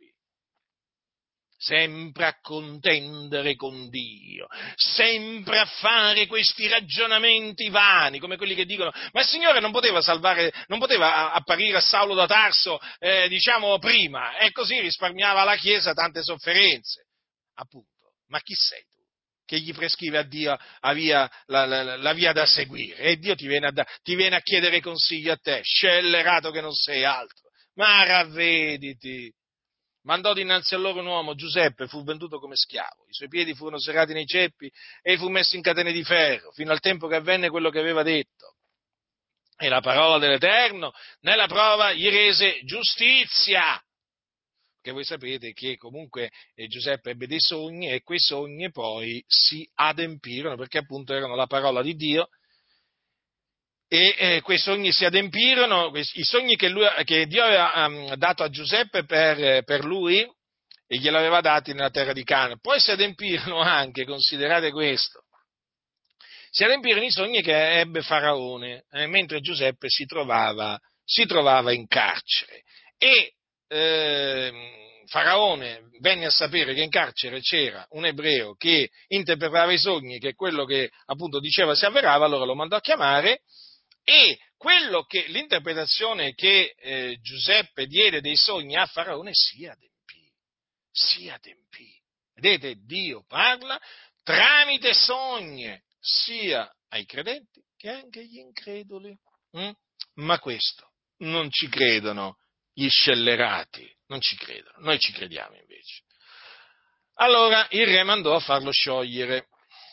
Sempre a contendere con Dio, sempre a fare questi ragionamenti vani, come quelli che dicono, ma il Signore non poteva salvare, non poteva apparire a Saulo da Tarso, eh, diciamo, prima, e così risparmiava alla Chiesa tante sofferenze. Appunto, ma chi sei tu che gli prescrive a Dio la via, la, la, la via da seguire? E Dio ti viene, a, ti viene a chiedere consiglio a te, scellerato che non sei altro, ma ravvediti. Mandò dinanzi a loro un uomo, Giuseppe, fu venduto come schiavo, i suoi piedi furono serrati nei ceppi e fu messo in catene di ferro, fino al tempo che avvenne quello che aveva detto. E la parola dell'Eterno, nella prova, gli rese giustizia. Perché voi sapete che comunque eh, Giuseppe ebbe dei sogni e quei sogni poi si adempirono, perché appunto erano la parola di Dio, e eh, quei sogni si adempirono, i sogni che, lui, che Dio aveva um, dato a Giuseppe per, per lui, e gliel'aveva dati nella terra di Canaan. Poi si adempirono anche, considerate questo, si adempirono i sogni che ebbe Faraone, eh, mentre Giuseppe si trovava, si trovava in carcere. E eh, Faraone venne a sapere che in carcere c'era un ebreo che interpretava i sogni, che quello che appunto diceva si avverava, allora lo mandò a chiamare. E quello che, l'interpretazione che eh, Giuseppe diede dei sogni a Faraone si adempì, si adempì. Vedete, Dio parla tramite sogni, sia ai credenti che anche agli increduli. Mm? Ma questo non ci credono gli scellerati, non ci credono, noi ci crediamo invece. Allora il re mandò a farlo sciogliere.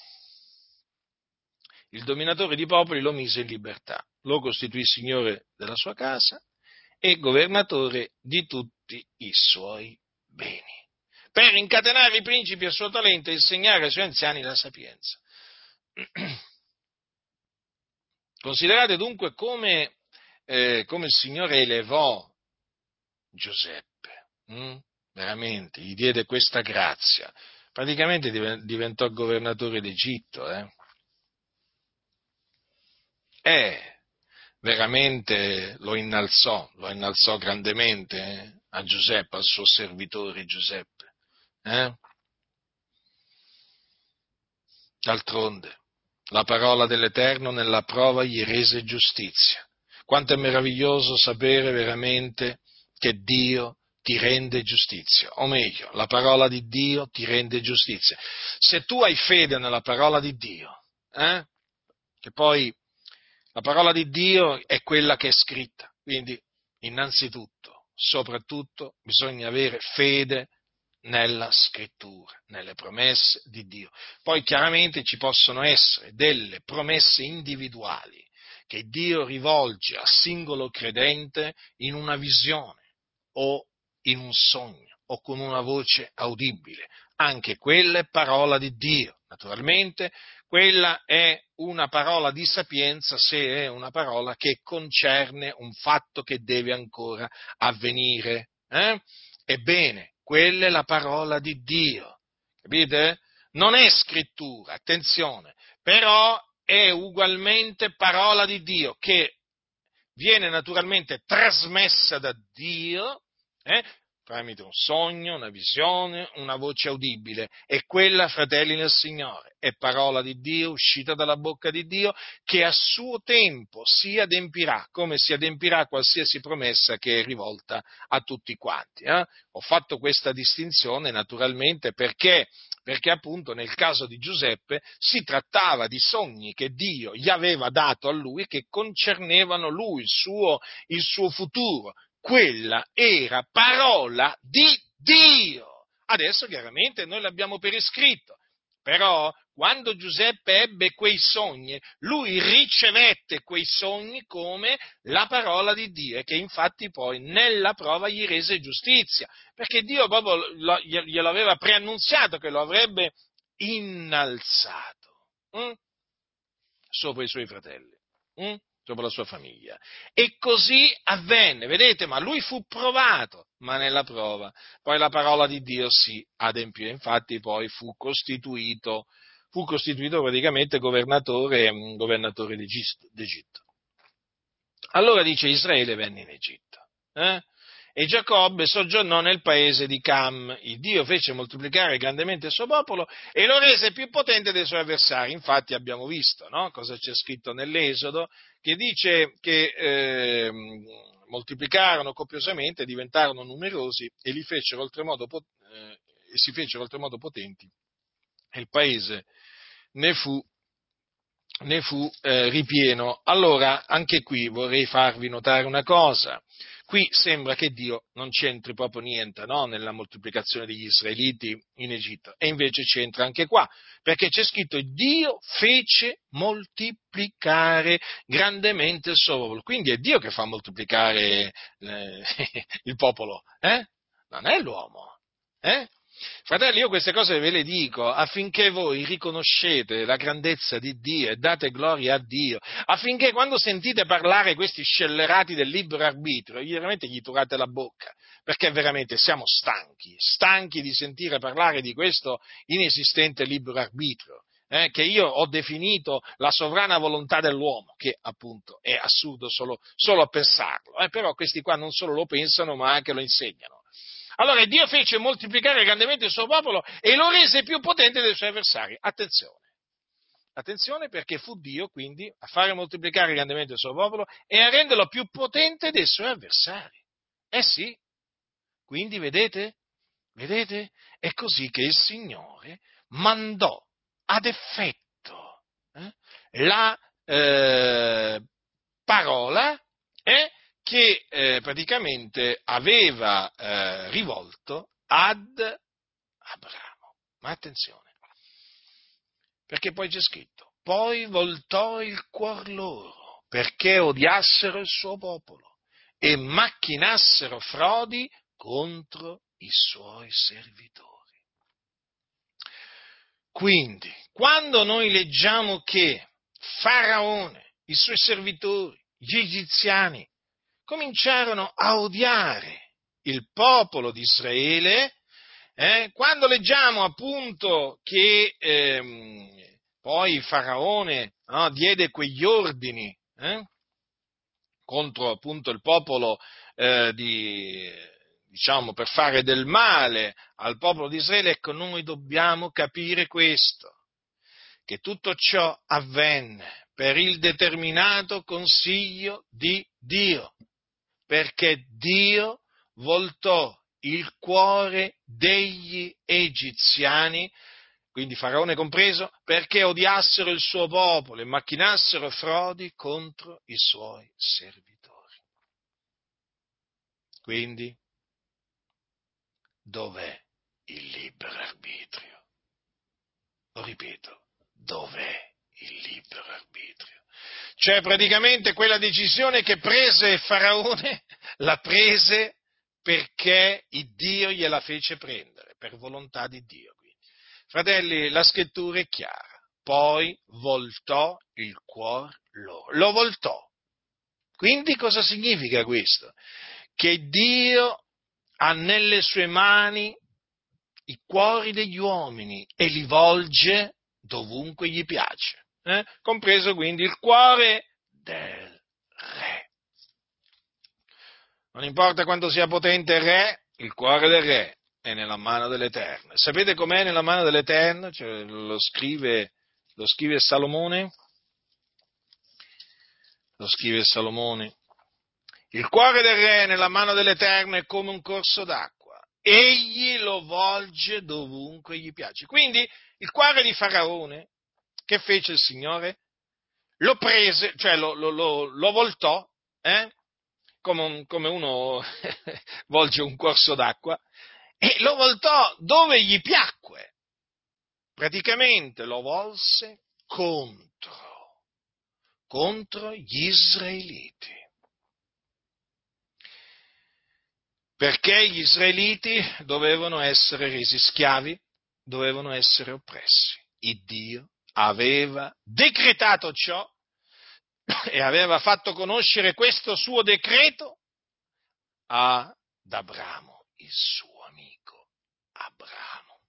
Il dominatore di popoli lo mise in libertà, lo costituì signore della sua casa e governatore di tutti i suoi beni, per incatenare i principi a suo talento e insegnare ai suoi anziani la sapienza. Considerate dunque come, eh, come il Signore elevò Giuseppe, hm? Veramente, gli diede questa grazia, praticamente diventò governatore d'Egitto, eh? E veramente lo innalzò, lo innalzò grandemente eh, a Giuseppe, al suo servitore Giuseppe. Eh? D'altronde, la parola dell'Eterno nella prova gli rese giustizia. Quanto è meraviglioso sapere veramente che Dio ti rende giustizia, o meglio, la parola di Dio ti rende giustizia. Se tu hai fede nella parola di Dio, eh, che poi la parola di Dio è quella che è scritta, quindi innanzitutto, soprattutto, bisogna avere fede nella scrittura, nelle promesse di Dio. Poi chiaramente ci possono essere delle promesse individuali che Dio rivolge a singolo credente in una visione o in un sogno o con una voce audibile. Anche quella è parola di Dio. Naturalmente quella è una parola di sapienza se è una parola che concerne un fatto che deve ancora avvenire. Eh? Ebbene, quella è la parola di Dio, capite? Non è scrittura, attenzione, però è ugualmente parola di Dio che viene naturalmente trasmessa da Dio, eh, tramite un sogno, una visione, una voce audibile. E quella, fratelli nel Signore, è parola di Dio, uscita dalla bocca di Dio, che a suo tempo si adempirà, come si adempirà qualsiasi promessa che è rivolta a tutti quanti. Eh? Ho fatto questa distinzione naturalmente perché perché appunto nel caso di Giuseppe si trattava di sogni che Dio gli aveva dato a lui che concernevano lui, il suo, il suo futuro. Quella era parola di Dio. Adesso chiaramente noi l'abbiamo per iscritto, però quando Giuseppe ebbe quei sogni, lui ricevette quei sogni come la parola di Dio, e che infatti poi nella prova gli rese giustizia, perché Dio proprio lo, glielo aveva preannunziato che lo avrebbe innalzato hm? sopra i suoi fratelli, hm? sopra la sua famiglia. E così avvenne, vedete, ma lui fu provato, ma nella prova poi la parola di Dio si adempiò, infatti poi fu costituito, fu costituito praticamente governatore, governatore d'Egitto. Allora dice Israele venne in Egitto, eh? E Giacobbe soggiornò nel paese di Cam. Il Dio fece moltiplicare grandemente il suo popolo e lo rese più potente dei suoi avversari. Infatti abbiamo visto, no? Cosa c'è scritto nell'Esodo, che dice che eh, moltiplicarono copiosamente, diventarono numerosi e li fecero oltremodo, eh, e si fecero oltremodo potenti. E il paese ne fu ne fu eh, ripieno. Allora, anche qui vorrei farvi notare una cosa. Qui sembra che Dio non c'entri proprio niente, no? Nella moltiplicazione degli israeliti in Egitto, e invece c'entra anche qua, perché c'è scritto Dio fece moltiplicare grandemente il suo popolo. Quindi è Dio che fa moltiplicare eh, il popolo, eh? Non è l'uomo, eh? Fratelli, io queste cose ve le dico affinché voi riconoscete la grandezza di Dio e date gloria a Dio, affinché quando sentite parlare questi scellerati del libero arbitrio, veramente gli turate la bocca, perché veramente siamo stanchi, stanchi di sentire parlare di questo inesistente libero arbitrio, eh, che io ho definito la sovrana volontà dell'uomo, che appunto è assurdo solo, solo a pensarlo, eh, però questi qua non solo lo pensano ma anche lo insegnano. Allora Dio fece moltiplicare grandemente il suo popolo e lo rese più potente dei suoi avversari. Attenzione, attenzione perché fu Dio quindi a fare moltiplicare grandemente il suo popolo e a renderlo più potente dei suoi avversari. Eh sì, quindi vedete, vedete, è così che il Signore mandò ad effetto eh, la eh, parola eh, che eh, praticamente aveva eh, rivolto ad Abramo. Ma attenzione, perché poi c'è scritto, poi voltò il cuor loro perché odiassero il suo popolo e macchinassero frodi contro i suoi servitori. Quindi, quando noi leggiamo che Faraone, i suoi servitori, gli egiziani, cominciarono a odiare il popolo di Israele, eh, quando leggiamo appunto che ehm, poi Faraone no, diede quegli ordini eh, contro appunto il popolo eh, di, diciamo, per fare del male al popolo di Israele, ecco, noi dobbiamo capire questo, che tutto ciò avvenne per il determinato consiglio di Dio, perché Dio voltò il cuore degli egiziani, quindi Faraone compreso, perché odiassero il suo popolo e macchinassero frodi contro i suoi servitori. Quindi, dov'è il libero arbitrio? Lo ripeto, dov'è il libero arbitrio? Cioè praticamente quella decisione che prese Faraone, la prese perché il Dio gliela fece prendere, per volontà di Dio. Quindi. Fratelli, la scrittura è chiara, poi voltò il cuore loro, lo voltò. Quindi cosa significa questo? Che Dio ha nelle sue mani i cuori degli uomini e li volge dovunque gli piace, eh? Compreso quindi il cuore del re. Non importa quanto sia potente il re, il cuore del re è nella mano dell'Eterno. Sapete com'è nella mano dell'Eterno? Cioè, lo scrive, lo scrive Salomone? Lo scrive Salomone. Il cuore del re nella mano dell'Eterno è come un corso d'acqua. Egli lo volge dovunque gli piace. Quindi il cuore di Faraone, che fece il Signore? Lo prese, cioè lo, lo, lo, lo voltò, eh? come, un, come uno volge un corso d'acqua, e lo voltò dove gli piacque. Praticamente lo volse contro, contro gli israeliti. Perché gli israeliti dovevano essere resi schiavi, dovevano essere oppressi. Il Dio aveva decretato ciò e aveva fatto conoscere questo suo decreto ad Abramo, il suo amico Abramo.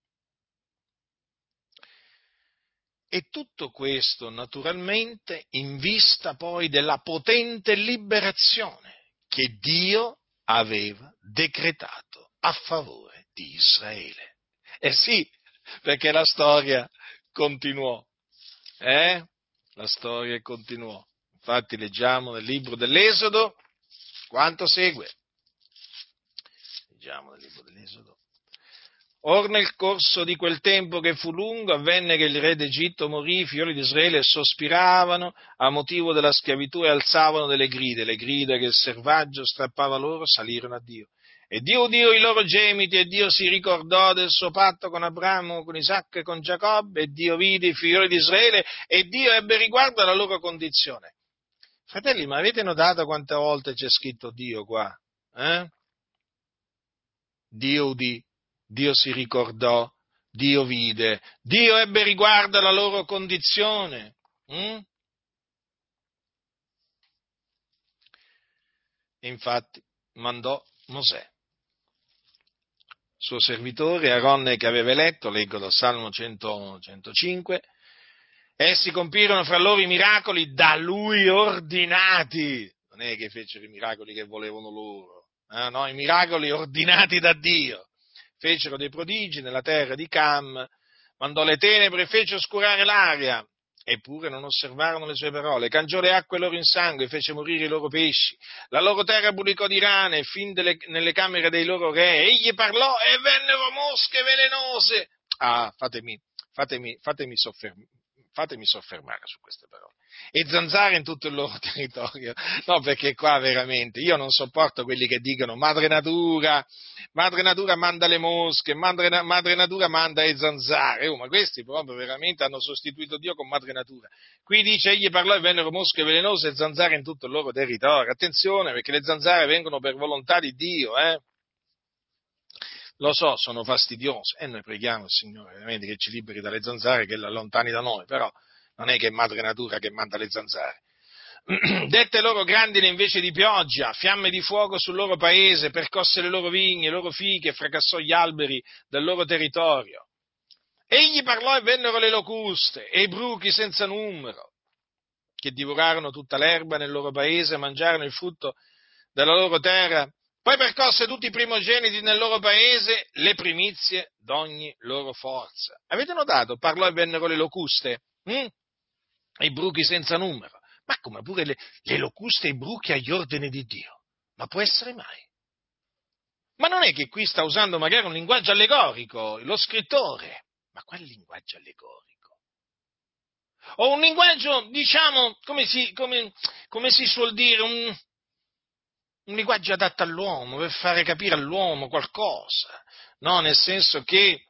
E tutto questo naturalmente in vista poi della potente liberazione che Dio aveva decretato a favore di Israele. Eh sì, perché la storia continuò, eh? La storia continuò. Infatti leggiamo nel libro dell'Esodo quanto segue. Leggiamo nel libro dell'Esodo. Or nel corso di quel tempo che fu lungo avvenne che il re d'Egitto morì, i figlioli di Israele sospiravano a motivo della schiavitù e alzavano delle grida, le grida che il selvaggio strappava loro salirono a Dio. E Dio udì i loro gemiti e Dio si ricordò del suo patto con Abramo, con Isacco e con Giacobbe e Dio vide i figlioli di Israele e Dio ebbe riguardo alla loro condizione. Fratelli, ma avete notato quante volte c'è scritto Dio qua? Eh? Dio udì. Dio si ricordò, Dio vide, Dio ebbe riguardo alla loro condizione. Mm? E infatti mandò Mosè, suo servitore, Aaronne che aveva eletto, leggo dal Salmo cento, centocinque, essi compirono fra loro i miracoli da lui ordinati. Non è che fecero i miracoli che volevano loro, eh? No, i miracoli ordinati da Dio. Fecero dei prodigi nella terra di Cam, mandò le tenebre e fece oscurare l'aria, eppure non osservarono le sue parole, cangiò le acque loro in sangue, fece morire i loro pesci, la loro terra bulicò di rane, fin delle, nelle camere dei loro re, egli parlò e vennero mosche velenose. Ah, fatemi, fatemi, fatemi soffermare. Fatemi soffermare su queste parole. E zanzare in tutto il loro territorio. No, perché qua veramente, io non sopporto quelli che dicono madre natura, madre natura manda le mosche, madre, madre natura manda le zanzare. Oh, ma questi proprio veramente hanno sostituito Dio con madre natura. Qui dice, egli parlò e vennero mosche velenose e zanzare in tutto il loro territorio. Attenzione, perché le zanzare vengono per volontà di Dio, eh. Lo so, sono fastidiose e noi preghiamo il Signore veramente che ci liberi dalle zanzare, che le allontani da noi, però non è che è madre natura che manda le zanzare. Dette loro grandine invece di pioggia, fiamme di fuoco sul loro paese, percosse le loro vigne, le loro fiche, fracassò gli alberi del loro territorio. Egli parlò e vennero le locuste e i bruchi senza numero, che divorarono tutta l'erba nel loro paese, mangiarono il frutto della loro terra. Poi percosse tutti i primogeniti nel loro paese, le primizie d'ogni loro forza. Avete notato? Parlò e vennero le locuste, hm? E i bruchi senza numero. Ma come pure le, le locuste e i bruchi agli ordini di Dio? Ma può essere mai? Ma non è che qui sta usando magari un linguaggio allegorico, lo scrittore? Ma quale linguaggio allegorico? O un linguaggio, diciamo, come si, come, come si suol dire, un, un linguaggio adatto all'uomo, per fare capire all'uomo qualcosa, no? Nel senso che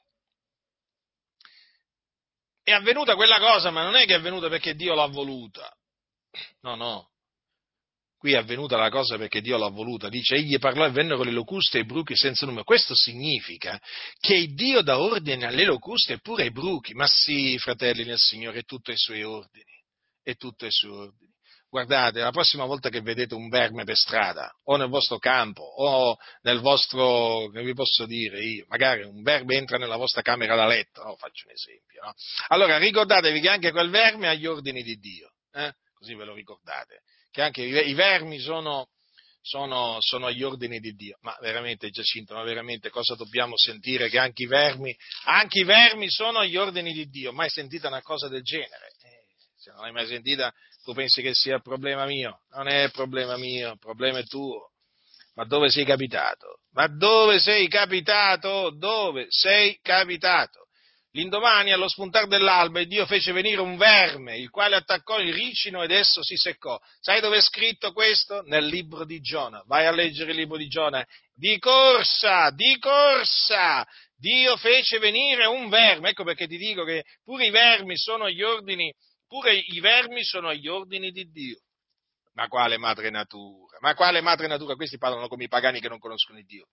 è avvenuta quella cosa, ma non è che è avvenuta perché Dio l'ha voluta. No, no. Qui è avvenuta la cosa perché Dio l'ha voluta. Dice, egli parlò e vennero le locuste e i bruchi senza numero. Questo significa che Dio dà ordine alle locuste e pure ai bruchi. Ma sì, fratelli nel Signore, è tutto ai suoi ordini. È tutto ai suoi ordini. Guardate, la prossima volta che vedete un verme per strada, o nel vostro campo, o nel vostro, che vi posso dire io, magari un verme entra nella vostra camera da letto, no? Faccio un esempio, no? Allora ricordatevi che anche quel verme ha gli ordini di Dio, eh? Così ve lo ricordate, che anche i, i vermi sono, sono, sono agli ordini di Dio. Ma veramente, Giacinto, ma veramente cosa dobbiamo sentire? Che anche i vermi, anche i vermi sono agli ordini di Dio? Mai sentita una cosa del genere? Eh, se non l'hai mai sentita, tu pensi che sia problema mio? Non è problema mio, il problema è tuo. Ma dove sei capitato? Ma dove sei capitato? Dove sei capitato? L'indomani, allo spuntar dell'alba, Dio fece venire un verme, il quale attaccò il ricino ed esso si seccò. Sai dove è scritto questo? Nel libro di Giona. Vai a leggere il libro di Giona. Di corsa, di corsa! Dio fece venire un verme. Ecco perché ti dico che pure i vermi sono agli ordini, pure i vermi sono agli ordini di Dio. Ma quale madre natura? Ma quale madre natura? Questi parlano come i pagani che non conoscono il Dio.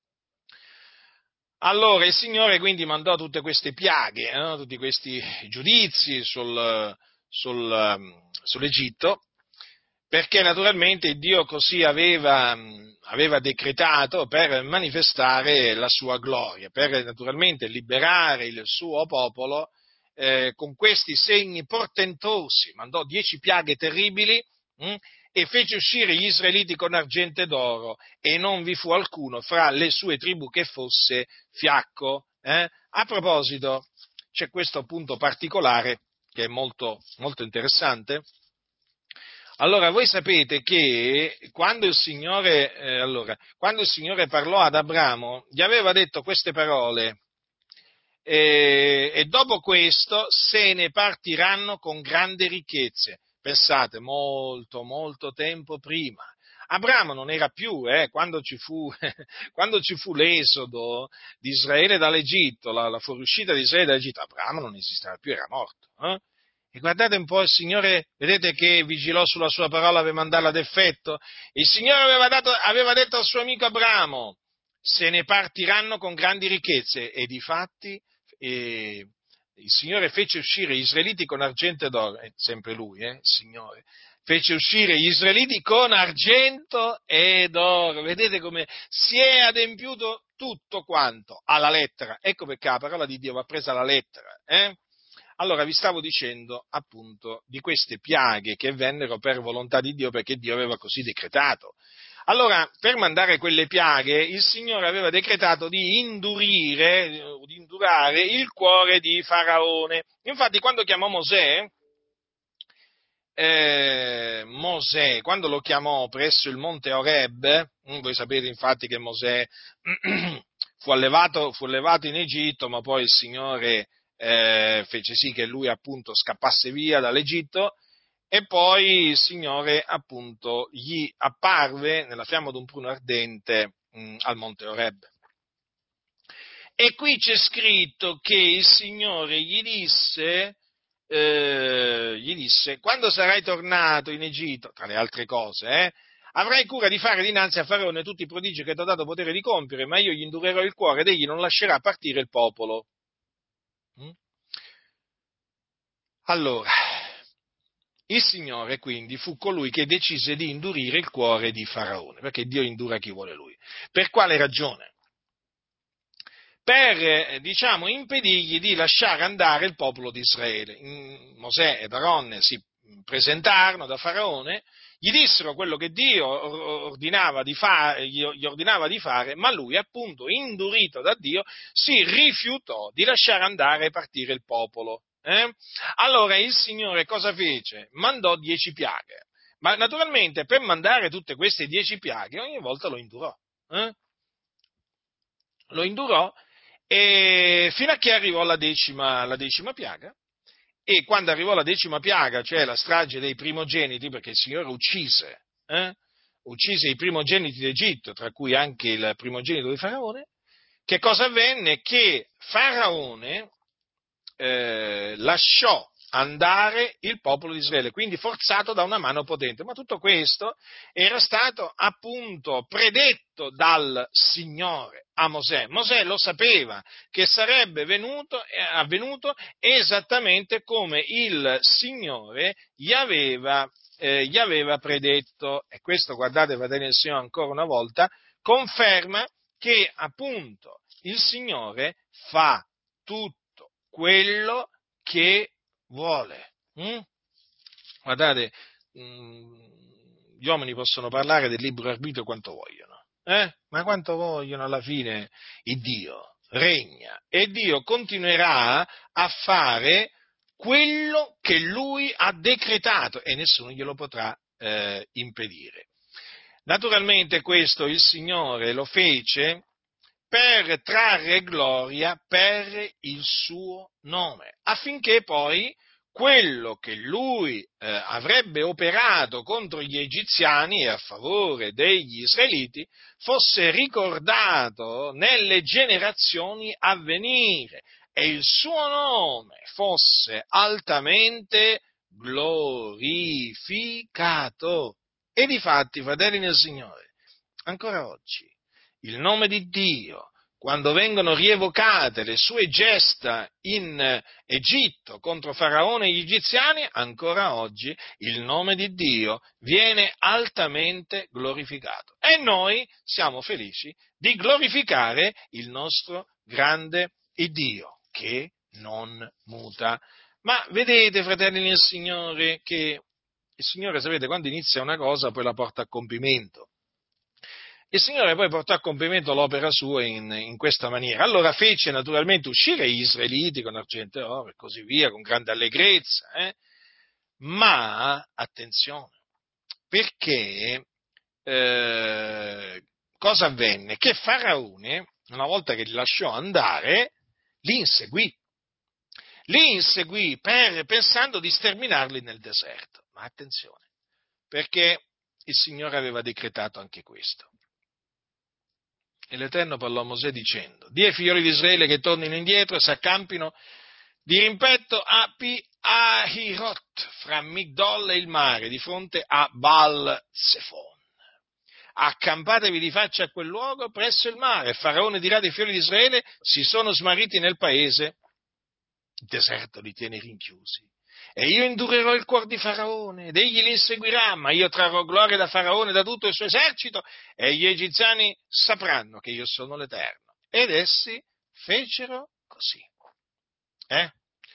Allora il Signore quindi mandò tutte queste piaghe, eh, tutti questi giudizi sul, sul, sull'Egitto, perché naturalmente Dio così aveva, aveva decretato per manifestare la sua gloria, per naturalmente liberare il suo popolo eh, con questi segni portentosi. Mandò dieci piaghe terribili hm, e fece uscire gli israeliti con argento ed oro, e non vi fu alcuno fra le sue tribù che fosse fiacco. Eh? A proposito, c'è questo punto particolare che è molto, molto interessante. Allora, voi sapete che quando il Signore, eh, allora, quando il Signore parlò ad Abramo, gli aveva detto queste parole, e, e dopo questo se ne partiranno con grandi ricchezze. Pensate, molto, molto tempo prima. Abramo non era più, eh, quando, ci fu, quando ci fu l'esodo di Israele dall'Egitto, la, la fuoriuscita di Israele dall'Egitto, Abramo non esisteva più, era morto. Eh? E guardate un po', il Signore, vedete che vigilò sulla sua parola per mandarla ad effetto? Il Signore aveva, dato, aveva detto al suo amico Abramo, se ne partiranno con grandi ricchezze, e difatti eh, il Signore fece uscire gli israeliti con argento ed oro, eh, sempre lui, eh, il Signore, fece uscire gli israeliti con argento ed oro. Vedete come si è adempiuto tutto quanto alla lettera. Ecco perché la parola di Dio va presa alla lettera. Eh? Allora vi stavo dicendo appunto di queste piaghe che vennero per volontà di Dio, perché Dio aveva così decretato. Allora, per mandare quelle piaghe, il Signore aveva decretato di indurire, di indurare il cuore di Faraone. Infatti, quando chiamò Mosè, eh, Mosè, quando lo chiamò presso il monte Oreb, eh, voi sapete infatti che Mosè fu allevato, fu allevato in Egitto, ma poi il Signore eh, fece sì che lui appunto scappasse via dall'Egitto, e poi il Signore appunto gli apparve nella fiamma di un pruno ardente mh, al monte Oreb. E qui c'è scritto che il Signore gli disse, eh, gli disse, quando sarai tornato in Egitto, tra le altre cose, eh, avrai cura di fare dinanzi a Faraone tutti i prodigi che ti ho dato potere di compiere, ma io gli indurerò il cuore ed egli non lascerà partire il popolo. Mm? Allora, il Signore quindi fu colui che decise di indurire il cuore di Faraone, perché Dio indura chi vuole lui. Per quale ragione? Per, diciamo, impedirgli di lasciare andare il popolo di Israele. Mosè ed Aaron si presentarono da Faraone, gli dissero quello che Dio ordinava di fare, gli ordinava di fare, ma lui, appunto, indurito da Dio, si rifiutò di lasciare andare e partire il popolo. Eh? Allora il Signore cosa fece? Mandò dieci piaghe, ma naturalmente per mandare tutte queste dieci piaghe ogni volta lo indurò. Eh? lo indurò e fino a che arrivò la decima, la decima piaga. E quando arrivò la decima piaga, cioè la strage dei primogeniti, perché il Signore uccise, eh, uccise i primogeniti d'Egitto, tra cui anche il primogenito di Faraone, che cosa avvenne? Che Faraone eh, lasciò andare il popolo di Israele, quindi forzato da una mano potente. Ma tutto questo era stato appunto predetto dal Signore a Mosè. Mosè lo sapeva che sarebbe venuto, eh, avvenuto esattamente come il Signore gli aveva, eh, gli aveva predetto. E questo, guardate, fratelli del Signore, ancora una volta, conferma che appunto il Signore fa tutto quello che vuole. Mm? Guardate, mm, gli uomini possono parlare del libero arbitrio quanto vogliono, eh? Ma quanto vogliono, alla fine il Dio regna e Dio continuerà a fare quello che Lui ha decretato e nessuno glielo potrà eh, impedire. Naturalmente questo il Signore lo fece per trarre gloria per il suo nome, affinché poi quello che lui eh, avrebbe operato contro gli egiziani e a favore degli israeliti fosse ricordato nelle generazioni a venire e il suo nome fosse altamente glorificato. E difatti, fratelli nel Signore, ancora oggi il nome di Dio, quando vengono rievocate le sue gesta in Egitto contro Faraone e gli egiziani, ancora oggi il nome di Dio viene altamente glorificato. E noi siamo felici di glorificare il nostro grande Dio, che non muta. Ma vedete, fratelli nel Signore, che il Signore, sapete, quando inizia una cosa poi la porta a compimento. Il Signore poi portò a compimento l'opera sua in, in questa maniera. Allora fece naturalmente uscire gli israeliti con argento e oro e così via, con grande allegrezza, eh? Ma, attenzione, perché eh, cosa avvenne? Che Faraone, una volta che li lasciò andare, li inseguì. Li inseguì per, pensando di sterminarli nel deserto. Ma attenzione, perché il Signore aveva decretato anche questo. E l'Eterno parlò a Mosè dicendo: di ai figlioli di Israele che tornino indietro e si accampino di rimpetto a Pi-Ahirot, fra Migdol e il mare, di fronte a Baal-Zefon. Accampatevi di faccia a quel luogo presso il mare. Faraone dirà dei figli di Israele: si sono smarriti nel paese, il deserto li tiene rinchiusi. E io indurerò il cuore di Faraone, ed egli li inseguirà, ma io trarrò gloria da Faraone e da tutto il suo esercito, e gli egiziani sapranno che io sono l'Eterno. Ed essi fecero così. Eh?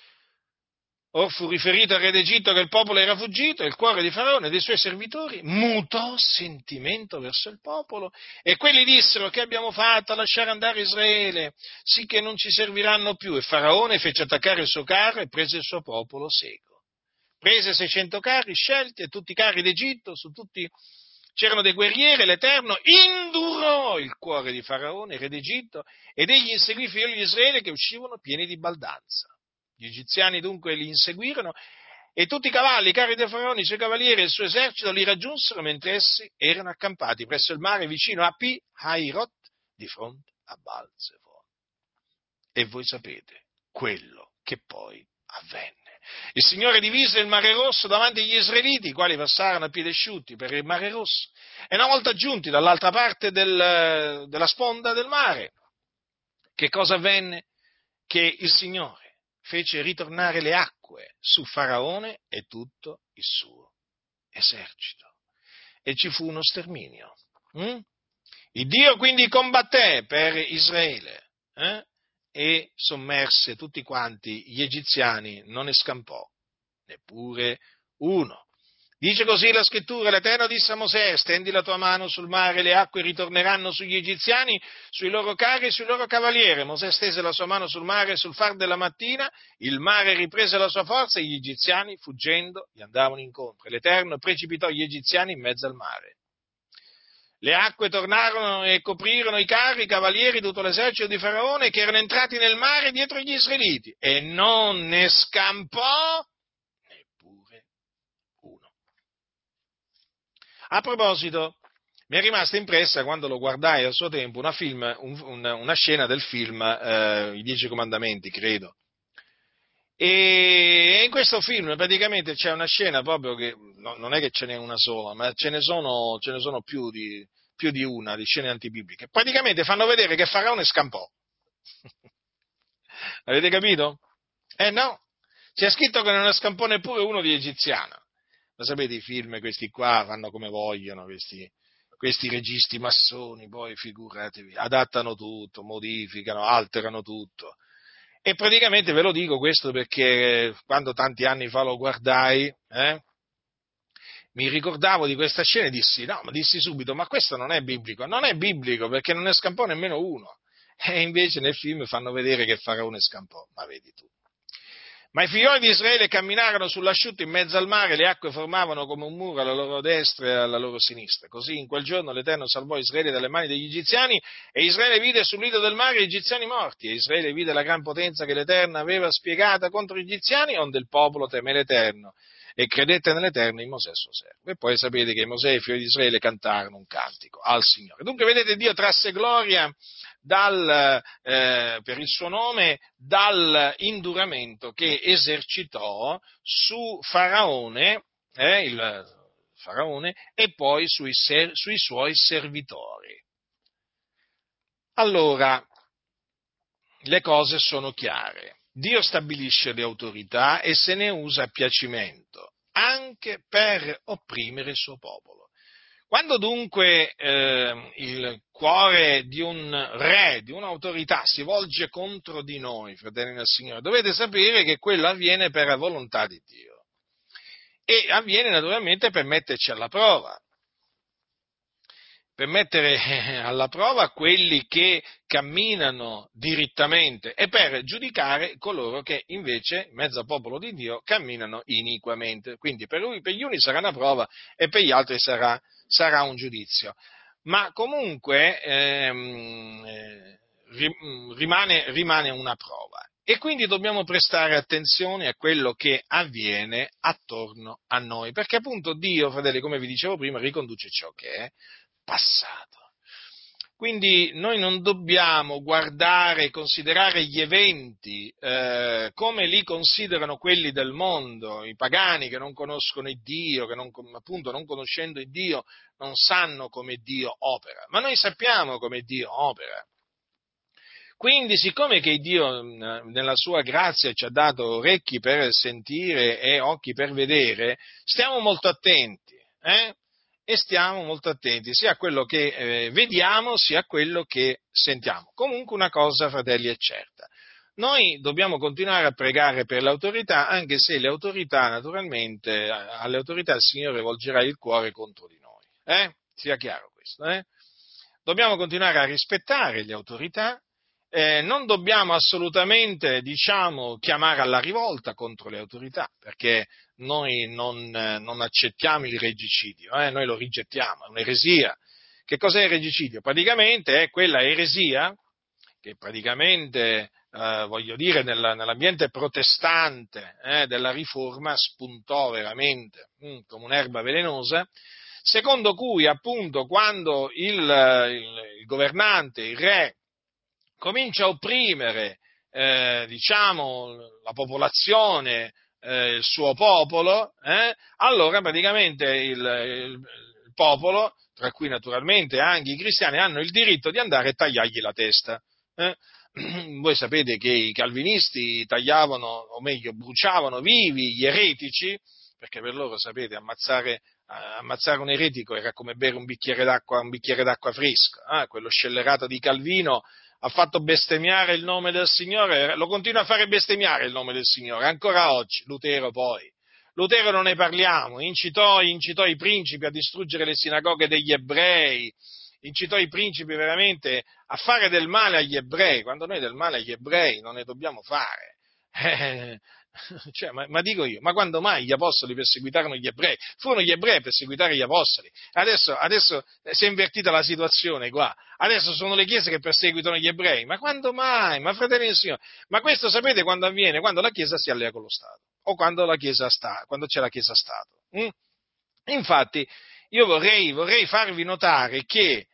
Or fu riferito al re d'Egitto che il popolo era fuggito, e il cuore di Faraone e dei suoi servitori mutò sentimento verso il popolo, e quelli dissero: che abbiamo fatto a lasciare andare Israele, sì che non ci serviranno più. E Faraone fece attaccare il suo carro e prese il suo popolo seco. Prese seicento carri scelti e tutti i carri d'Egitto, su tutti c'erano dei guerrieri, e l'Eterno indurò il cuore di Faraone, re d'Egitto, ed egli inseguì i figli di Israele che uscivano pieni di baldanza. Gli egiziani dunque li inseguirono, e tutti i cavalli, i carri di Faraone, i suoi cavalieri e il suo esercito li raggiunsero mentre essi erano accampati presso il mare vicino a Pi-Hairot, di fronte a Baal-Zefon. E voi sapete quello che poi avvenne. Il Signore divise il Mare Rosso davanti agli israeliti, i quali passarono a piedi asciutti per il Mare Rosso, e una volta giunti dall'altra parte del, della sponda del mare, che cosa avvenne? Che il Signore fece ritornare le acque su Faraone e tutto il suo esercito, e ci fu uno sterminio. Mm? Il Dio quindi combatté per Israele, eh? e sommerse tutti quanti gli egiziani, non ne scampò neppure uno. Dice così la scrittura: l'Eterno disse a Mosè: stendi la tua mano sul mare, le acque ritorneranno sugli egiziani, sui loro carri e sui loro cavalieri. Mosè stese la sua mano sul mare, e sul far della mattina il mare riprese la sua forza, e gli egiziani, fuggendo, gli andavano incontro, e l'Eterno precipitò gli egiziani in mezzo al mare. Le acque tornarono e coprirono i carri, i cavalieri, tutto l'esercito di Faraone che erano entrati nel mare dietro gli israeliti e non ne scampò neppure uno. A proposito, mi è rimasta impressa quando lo guardai a suo tempo una, film, un, una, una scena del film eh, I Dieci Comandamenti, credo. E in questo film praticamente c'è una scena proprio che no, non è che ce n'è una sola, ma ce ne sono, ce ne sono più, di, più di una di scene antibibliche. Praticamente fanno vedere che Faraone scampò. Avete capito? Eh no, c'è scritto che non ne scampò neppure uno di egiziano. Ma sapete, i film questi qua fanno come vogliono, questi, questi registi massoni, poi figuratevi, adattano tutto, modificano, alterano tutto. E praticamente ve lo dico questo perché quando tanti anni fa lo guardai, eh, mi ricordavo di questa scena e dissi, no, ma dissi subito, ma questo non è biblico. Non è biblico perché non ne scampò nemmeno uno. E invece nel film fanno vedere che Faraone scampò, ma vedi tu. Ma i figlioli di Israele camminarono sull'asciutto in mezzo al mare, le acque formavano come un muro alla loro destra e alla loro sinistra. Così in quel giorno l'Eterno salvò Israele dalle mani degli egiziani e Israele vide sul lido del mare gli egiziani morti. E Israele vide la gran potenza che l'Eterno aveva spiegata contro gli egiziani, onde il popolo teme l'Eterno e credette nell'Eterno in Mosè suo servo. E poi sapete che Mosè e i figli di Israele cantarono un cantico al Signore. Dunque vedete, Dio trasse gloria Dal, eh, per il suo nome dal induramento che esercitò su Faraone, eh, il Faraone e poi sui, ser, sui suoi servitori. Allora, le cose sono chiare. Dio stabilisce le autorità e se ne usa a piacimento, anche per opprimere il suo popolo. Quando dunque eh, il cuore di un re, di un'autorità si volge contro di noi, fratelli del Signore, dovete sapere che quello avviene per la volontà di Dio e avviene naturalmente per metterci alla prova, per mettere alla prova quelli che camminano dirittamente e per giudicare coloro che invece, in mezzo al popolo di Dio, camminano iniquamente. Quindi per, lui, per gli uni sarà una prova e per gli altri sarà, sarà un giudizio. Ma comunque ehm, eh, rimane, rimane una prova. E quindi dobbiamo prestare attenzione a quello che avviene attorno a noi, perché appunto Dio, fratelli, come vi dicevo prima, riconduce ciò che è passato. Quindi noi non dobbiamo guardare e considerare gli eventi eh, come li considerano quelli del mondo, i pagani che non conoscono il Dio, che non, appunto non conoscendo il Dio non sanno come Dio opera, ma noi sappiamo come Dio opera. Quindi, siccome che Dio nella sua grazia ci ha dato orecchi per sentire e occhi per vedere, stiamo molto attenti, eh? E stiamo molto attenti sia a quello che eh, vediamo sia a quello che sentiamo. Comunque una cosa, fratelli, è certa. Noi dobbiamo continuare a pregare per l'autorità, anche se le autorità, naturalmente, alle autorità il Signore volgerà il cuore contro di noi. Eh? Sia chiaro questo, eh? Dobbiamo continuare a rispettare le autorità, eh, non dobbiamo assolutamente, diciamo, chiamare alla rivolta contro le autorità, perché noi non, eh, non accettiamo il regicidio, eh, noi lo rigettiamo, è un'eresia. Che cos'è il regicidio? Praticamente è quella eresia che praticamente, eh, voglio dire, nella, nell'ambiente protestante eh, della Riforma spuntò veramente mh, come un'erba velenosa, secondo cui appunto quando il, il, il governante, il re, comincia a opprimere, eh, diciamo, la popolazione, eh, il suo popolo, eh, allora praticamente il, il, il popolo, tra cui naturalmente anche i cristiani, hanno il diritto di andare e tagliargli la testa. Eh? Voi sapete che i calvinisti tagliavano, o meglio, bruciavano vivi gli eretici, perché per loro, sapete, ammazzare, ammazzare un eretico era come bere un bicchiere d'acqua, un bicchiere d'acqua fresca, eh? Quello scellerato di Calvino ha fatto bestemmiare il nome del Signore, lo continua a fare bestemmiare il nome del Signore, ancora oggi. Lutero poi. Lutero non ne parliamo, incitò, incitò i principi a distruggere le sinagoghe degli ebrei, incitò i principi veramente a fare del male agli ebrei, quando noi del male agli ebrei non ne dobbiamo fare. Eh, cioè, ma, ma dico io, ma quando mai gli apostoli perseguitarono gli ebrei? Furono gli ebrei a perseguitare gli apostoli. Adesso, adesso si è invertita la situazione qua. Adesso sono le chiese che perseguitano gli ebrei. Ma quando mai? Ma fratelli del Signore, ma questo sapete quando avviene? Quando la Chiesa si allea con lo Stato. O quando la Chiesa sta, quando c'è la Chiesa Stato. Mm? Infatti, io vorrei, vorrei farvi notare che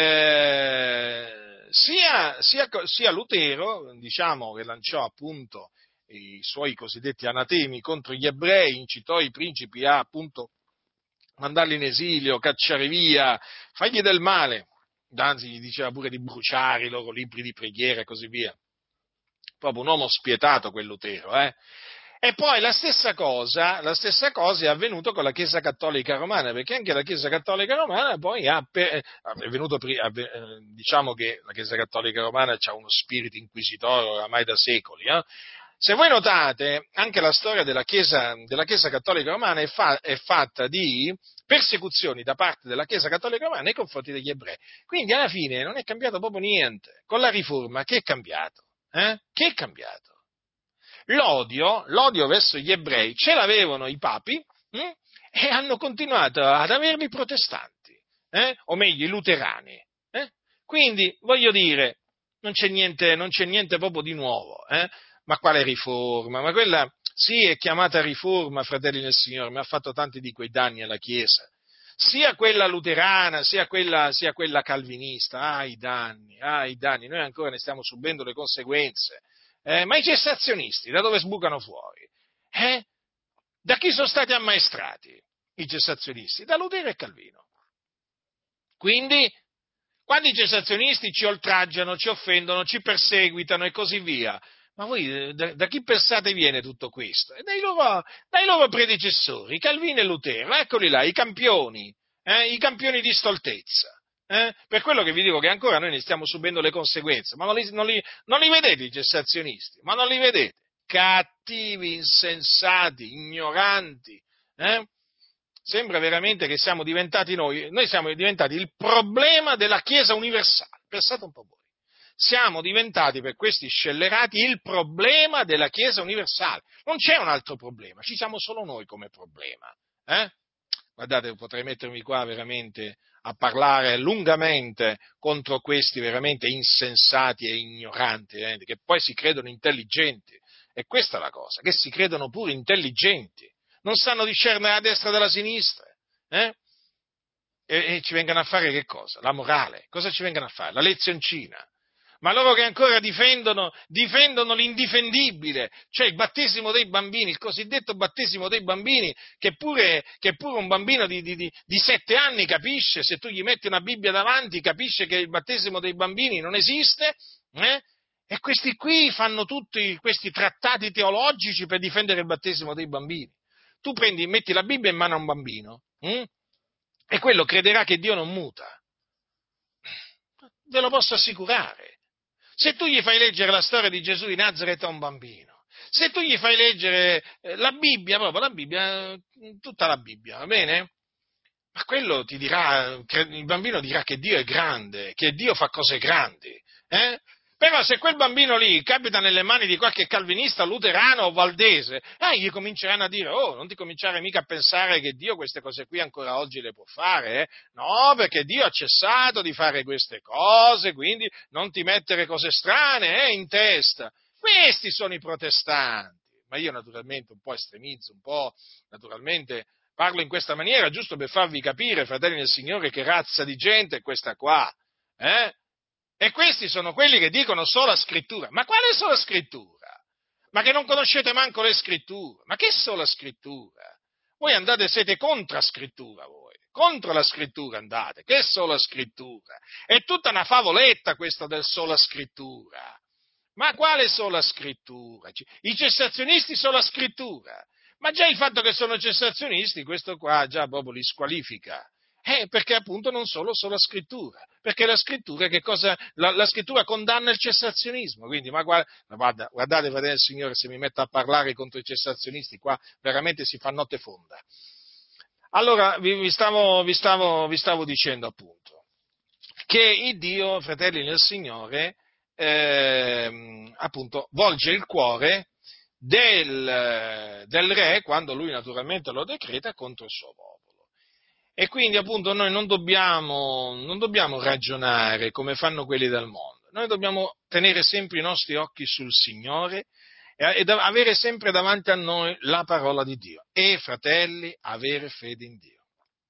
eh, sia, sia, sia Lutero, diciamo, che lanciò appunto i suoi cosiddetti anatemi contro gli ebrei, incitò i principi a appunto mandarli in esilio, cacciare via, fargli del male, anzi gli diceva pure di bruciare i loro libri di preghiera e così via. Proprio un uomo spietato quel Lutero, eh? E poi la stessa cosa, la stessa cosa è avvenuto con la Chiesa Cattolica Romana, perché anche la Chiesa Cattolica Romana poi ha, è venuto, diciamo che la Chiesa Cattolica Romana ha uno spirito inquisitorio oramai da secoli, eh? Se voi notate, anche la storia della Chiesa, della Chiesa Cattolica Romana è, fa, è fatta di persecuzioni da parte della Chiesa Cattolica Romana nei confronti degli ebrei. Quindi alla fine non è cambiato proprio niente. Con la riforma che è cambiato? Eh? Che è cambiato? L'odio, l'odio verso gli ebrei ce l'avevano i papi hm? E hanno continuato ad averli i protestanti, eh? O meglio i luterani. Eh? Quindi, voglio dire, non c'è niente, non c'è niente proprio di nuovo. Eh? Ma quale riforma? Ma quella sì è chiamata riforma, fratelli del Signore, ma ha fatto tanti di quei danni alla Chiesa. Sia quella luterana, sia quella, sia quella calvinista, ah i danni, ah i danni, noi ancora ne stiamo subendo le conseguenze. Eh, ma i cessazionisti, da dove sbucano fuori? Eh? Da chi sono stati ammaestrati i cessazionisti? Da Lutero e Calvino. Quindi, quando i cessazionisti ci oltraggiano, ci offendono, ci perseguitano e così via, ma voi da, da chi pensate viene tutto questo? Dai loro, dai loro predecessori, Calvino e Lutero, eccoli là, i campioni, eh, i campioni di stoltezza. Eh? Per quello che vi dico che ancora noi ne stiamo subendo le conseguenze, ma non li, non li, non li vedete i cessazionisti, ma non li vedete, cattivi, insensati, ignoranti, eh? Sembra veramente che siamo diventati noi, noi siamo diventati il problema della Chiesa universale, pensate un po' voi, siamo diventati per questi scellerati il problema della Chiesa universale, non c'è un altro problema, ci siamo solo noi come problema, eh? Guardate, potrei mettermi qua veramente a parlare lungamente contro questi veramente insensati e ignoranti, eh, che poi si credono intelligenti. E questa è la cosa, che si credono pure intelligenti. Non sanno discernere la destra dalla sinistra. Eh? E, e ci vengano a fare che cosa? La morale. Cosa ci vengano a fare? La lezioncina. Ma loro che ancora difendono, difendono l'indifendibile, cioè il battesimo dei bambini, il cosiddetto battesimo dei bambini, che pure, che pure un bambino di, di, di, di sette anni capisce, se tu gli metti una Bibbia davanti, capisce che il battesimo dei bambini non esiste, eh? E questi qui fanno tutti questi trattati teologici per difendere il battesimo dei bambini. Tu prendi, metti la Bibbia in mano a un bambino, hm? E quello crederà che Dio non muta. Ve lo posso assicurare. Se tu gli fai leggere la storia di Gesù di Nazaret a un bambino, se tu gli fai leggere la Bibbia, proprio la Bibbia, tutta la Bibbia, va bene? Ma quello ti dirà, il bambino dirà che Dio è grande, che Dio fa cose grandi, eh? Però se quel bambino lì capita nelle mani di qualche calvinista luterano o valdese, eh, gli cominceranno a dire, oh, non ti cominciare mica a pensare che Dio queste cose qui ancora oggi le può fare, eh? No, perché Dio ha cessato di fare queste cose, quindi non ti mettere cose strane eh, in testa. Questi sono i protestanti. Ma io naturalmente un po' estremizzo, un po' naturalmente parlo in questa maniera giusto per farvi capire, fratelli del Signore, che razza di gente è questa qua, eh? E questi sono quelli che dicono sola scrittura. Ma quale sola scrittura? Ma che non conoscete manco le scritture? Ma che sola scrittura? Voi andate, siete contro la scrittura voi, contro la scrittura andate, che sola scrittura? È tutta una favoletta questa del sola scrittura. Ma quale sola scrittura? I cessazionisti sola scrittura. Ma già il fatto che sono cessazionisti, questo qua già proprio li squalifica. Eh, perché appunto non solo sola scrittura, perché la scrittura che cosa? La, la scrittura condanna il cessazionismo, quindi ma guarda, guarda, guardate, fratello del Signore, se mi metto a parlare contro i cessazionisti, qua veramente si fa notte fonda. Allora, vi, vi, stavo, vi, stavo, vi stavo dicendo appunto che il Dio, fratelli nel Signore, eh, appunto, volge il cuore del, del re, quando lui naturalmente lo decreta, contro il suo popolo. E quindi appunto noi non dobbiamo, non dobbiamo ragionare come fanno quelli del mondo, noi dobbiamo tenere sempre i nostri occhi sul Signore e, e avere sempre davanti a noi la parola di Dio e, fratelli, avere fede in Dio.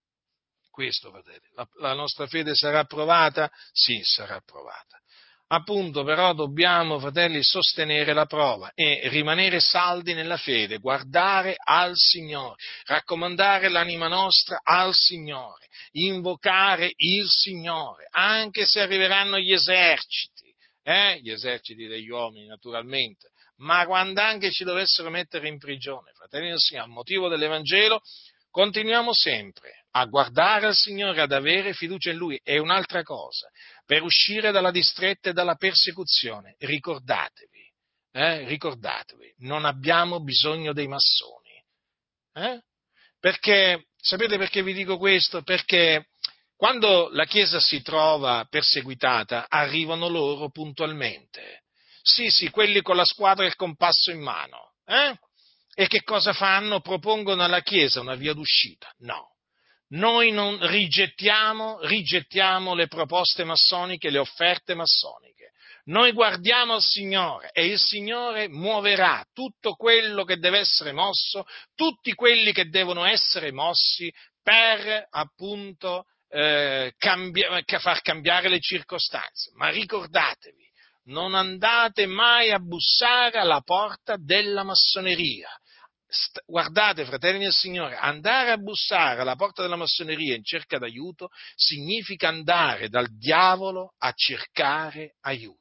Questo, fratelli, la, la nostra fede sarà provata? Sì, sarà provata. Appunto, però dobbiamo, fratelli, sostenere la prova e rimanere saldi nella fede, guardare al Signore, raccomandare l'anima nostra al Signore, invocare il Signore, anche se arriveranno gli eserciti, eh? gli eserciti degli uomini, naturalmente, ma quando anche ci dovessero mettere in prigione, fratelli del Signore, a motivo dell'Evangelo, continuiamo sempre a guardare al Signore, ad avere fiducia in Lui. E un'altra cosa, per uscire dalla distretta e dalla persecuzione, ricordatevi, eh, ricordatevi, non abbiamo bisogno dei massoni. Eh? Perché, sapete perché vi dico questo? Perché quando la Chiesa si trova perseguitata, arrivano loro puntualmente. Sì, sì, quelli con la squadra e il compasso in mano. Eh? E che cosa fanno? Propongono alla Chiesa una via d'uscita? No. Noi non rigettiamo, rigettiamo le proposte massoniche, le offerte massoniche. Noi guardiamo al Signore e il Signore muoverà tutto quello che deve essere mosso, tutti quelli che devono essere mossi per appunto eh, cambi- far cambiare le circostanze. Ma ricordatevi, non andate mai a bussare alla porta della massoneria. St- guardate, fratelli del Signore, andare a bussare alla porta della massoneria in cerca d'aiuto significa andare dal diavolo a cercare aiuto.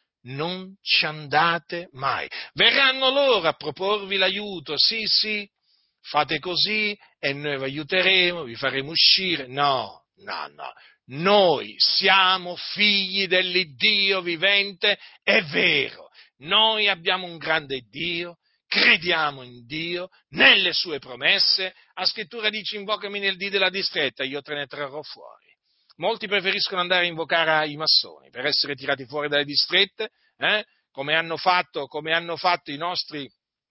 Non ci andate mai. Verranno loro a proporvi l'aiuto, sì, sì, fate così e noi vi aiuteremo, vi faremo uscire. No, no, no. Noi siamo figli dell'Iddio vivente e vero. Noi abbiamo un grande Dio. Crediamo in Dio, nelle sue promesse. La scrittura dice: invocami nel dì della distretta, io te ne trarrò fuori. Molti preferiscono andare a invocare i massoni per essere tirati fuori dalle distrette, eh? come hanno fatto, come hanno fatto i nostri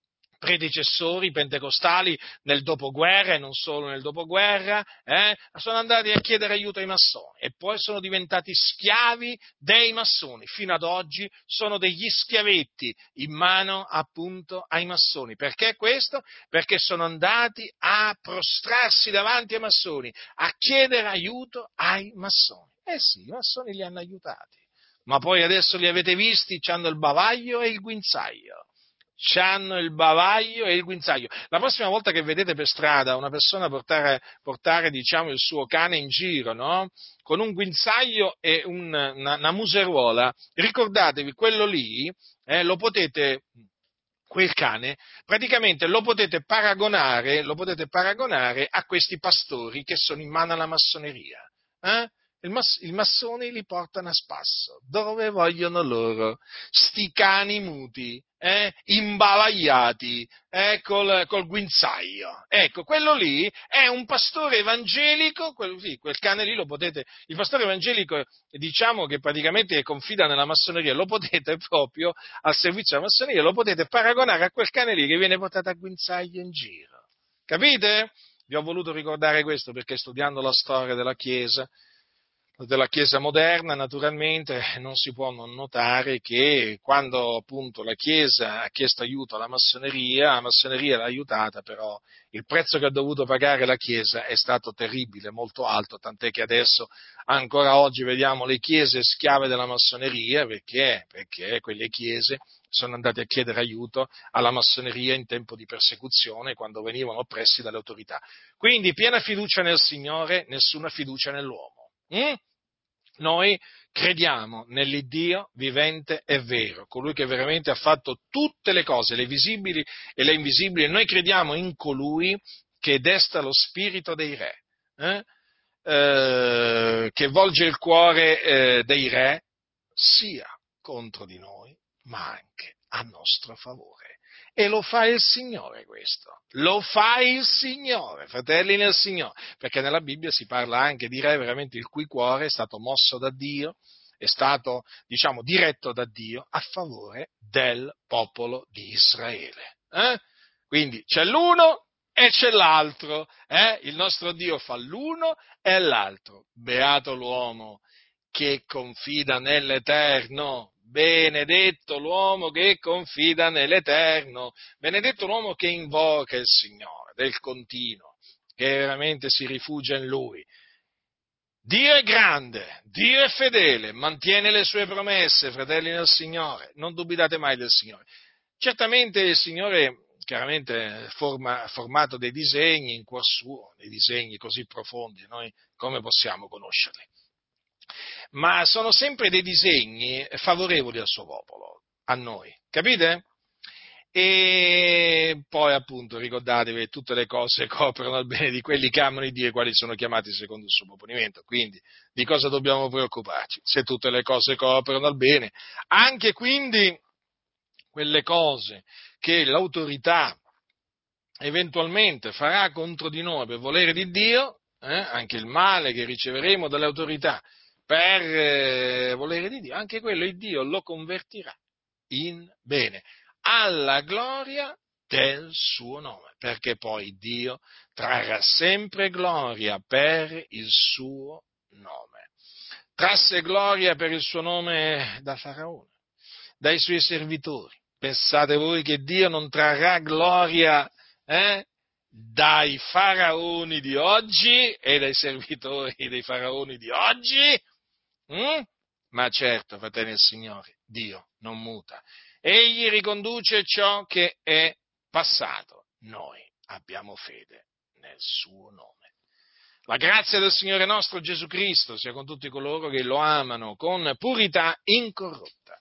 predecessori pentecostali nel dopoguerra e non solo nel dopoguerra, eh? sono andati a chiedere aiuto ai massoni e poi sono diventati schiavi dei massoni. Fino ad oggi sono degli schiavetti in mano appunto ai massoni. Perché questo? Perché sono andati a prostrarsi davanti ai massoni, a chiedere aiuto ai massoni. Eh sì, i massoni li hanno aiutati. Ma poi adesso li avete visti, c'hanno il bavaglio e il guinzaglio. C'hanno il bavaglio e il guinzaglio. La prossima volta che vedete per strada una persona portare, portare diciamo, il suo cane in giro, no? Con un guinzaglio e un, una, una museruola, ricordatevi, quello lì eh, lo potete, quel cane, praticamente lo potete paragonare, lo potete paragonare a questi pastori che sono in mano alla massoneria. Eh? Il, mas- il massone li portano a spasso, dove vogliono loro, sti cani muti, eh, imbavagliati, eh, col, col guinzaglio. Ecco, quello lì è un pastore evangelico, quel, sì, quel cane lì lo potete, il pastore evangelico, diciamo che praticamente confida nella massoneria, lo potete proprio, al servizio della massoneria, lo potete paragonare a quel cane lì che viene portato a guinzaglio in giro. Capite? Vi ho voluto ricordare questo perché studiando la storia della Chiesa, della Chiesa moderna, naturalmente non si può non notare che quando appunto la Chiesa ha chiesto aiuto alla massoneria, la massoneria l'ha aiutata, però il prezzo che ha dovuto pagare la Chiesa è stato terribile, molto alto, tant'è che adesso ancora oggi vediamo le chiese schiave della massoneria, perché? Perché quelle chiese sono andate a chiedere aiuto alla massoneria in tempo di persecuzione, quando venivano oppressi dalle autorità. Quindi piena fiducia nel Signore, nessuna fiducia nell'uomo. Mm? Noi crediamo nell'Iddio vivente e vero, colui che veramente ha fatto tutte le cose, le visibili e le invisibili, e noi crediamo in colui che desta lo spirito dei re, eh? Eh, che volge il cuore eh, dei re, sia contro di noi, ma anche a nostro favore. E lo fa il Signore questo, lo fa il Signore, fratelli nel Signore, perché nella Bibbia si parla anche di re veramente il cui cuore è stato mosso da Dio, è stato, diciamo, diretto da Dio a favore del popolo di Israele. Eh? Quindi c'è l'uno e c'è l'altro, eh? Il nostro Dio fa l'uno e l'altro. Beato l'uomo che confida nell'Eterno, benedetto l'uomo che confida nell'Eterno, benedetto l'uomo che invoca il Signore del continuo, che veramente si rifugia in Lui. Dio è grande, Dio è fedele, mantiene le sue promesse, fratelli nel Signore, non dubitate mai del Signore. Certamente il Signore chiaramente ha formato dei disegni in cuor suo, dei disegni così profondi, noi come possiamo conoscerli? Ma sono sempre dei disegni favorevoli al suo popolo, a noi, capite? E poi appunto ricordatevi che tutte le cose coprono al bene di quelli che amano il Dio e quali sono chiamati secondo il suo proponimento. Quindi di cosa dobbiamo preoccuparci? Se tutte le cose coprono al bene, anche quindi quelle cose che l'autorità eventualmente farà contro di noi per volere di Dio, eh, anche il male che riceveremo dalle autorità per eh, volere di Dio, anche quello il Dio lo convertirà in bene, alla gloria del suo nome, perché poi Dio trarrà sempre gloria per il suo nome. Trasse gloria per il suo nome da Faraone, dai suoi servitori. Pensate voi che Dio non trarrà gloria eh, dai faraoni di oggi e dai servitori dei faraoni di oggi? Mm? Ma certo, fratelli del Signore, Dio non muta. Egli riconduce ciò che è passato. Noi abbiamo fede nel suo nome. La grazia del Signore nostro Gesù Cristo sia con tutti coloro che lo amano con purità incorrotta.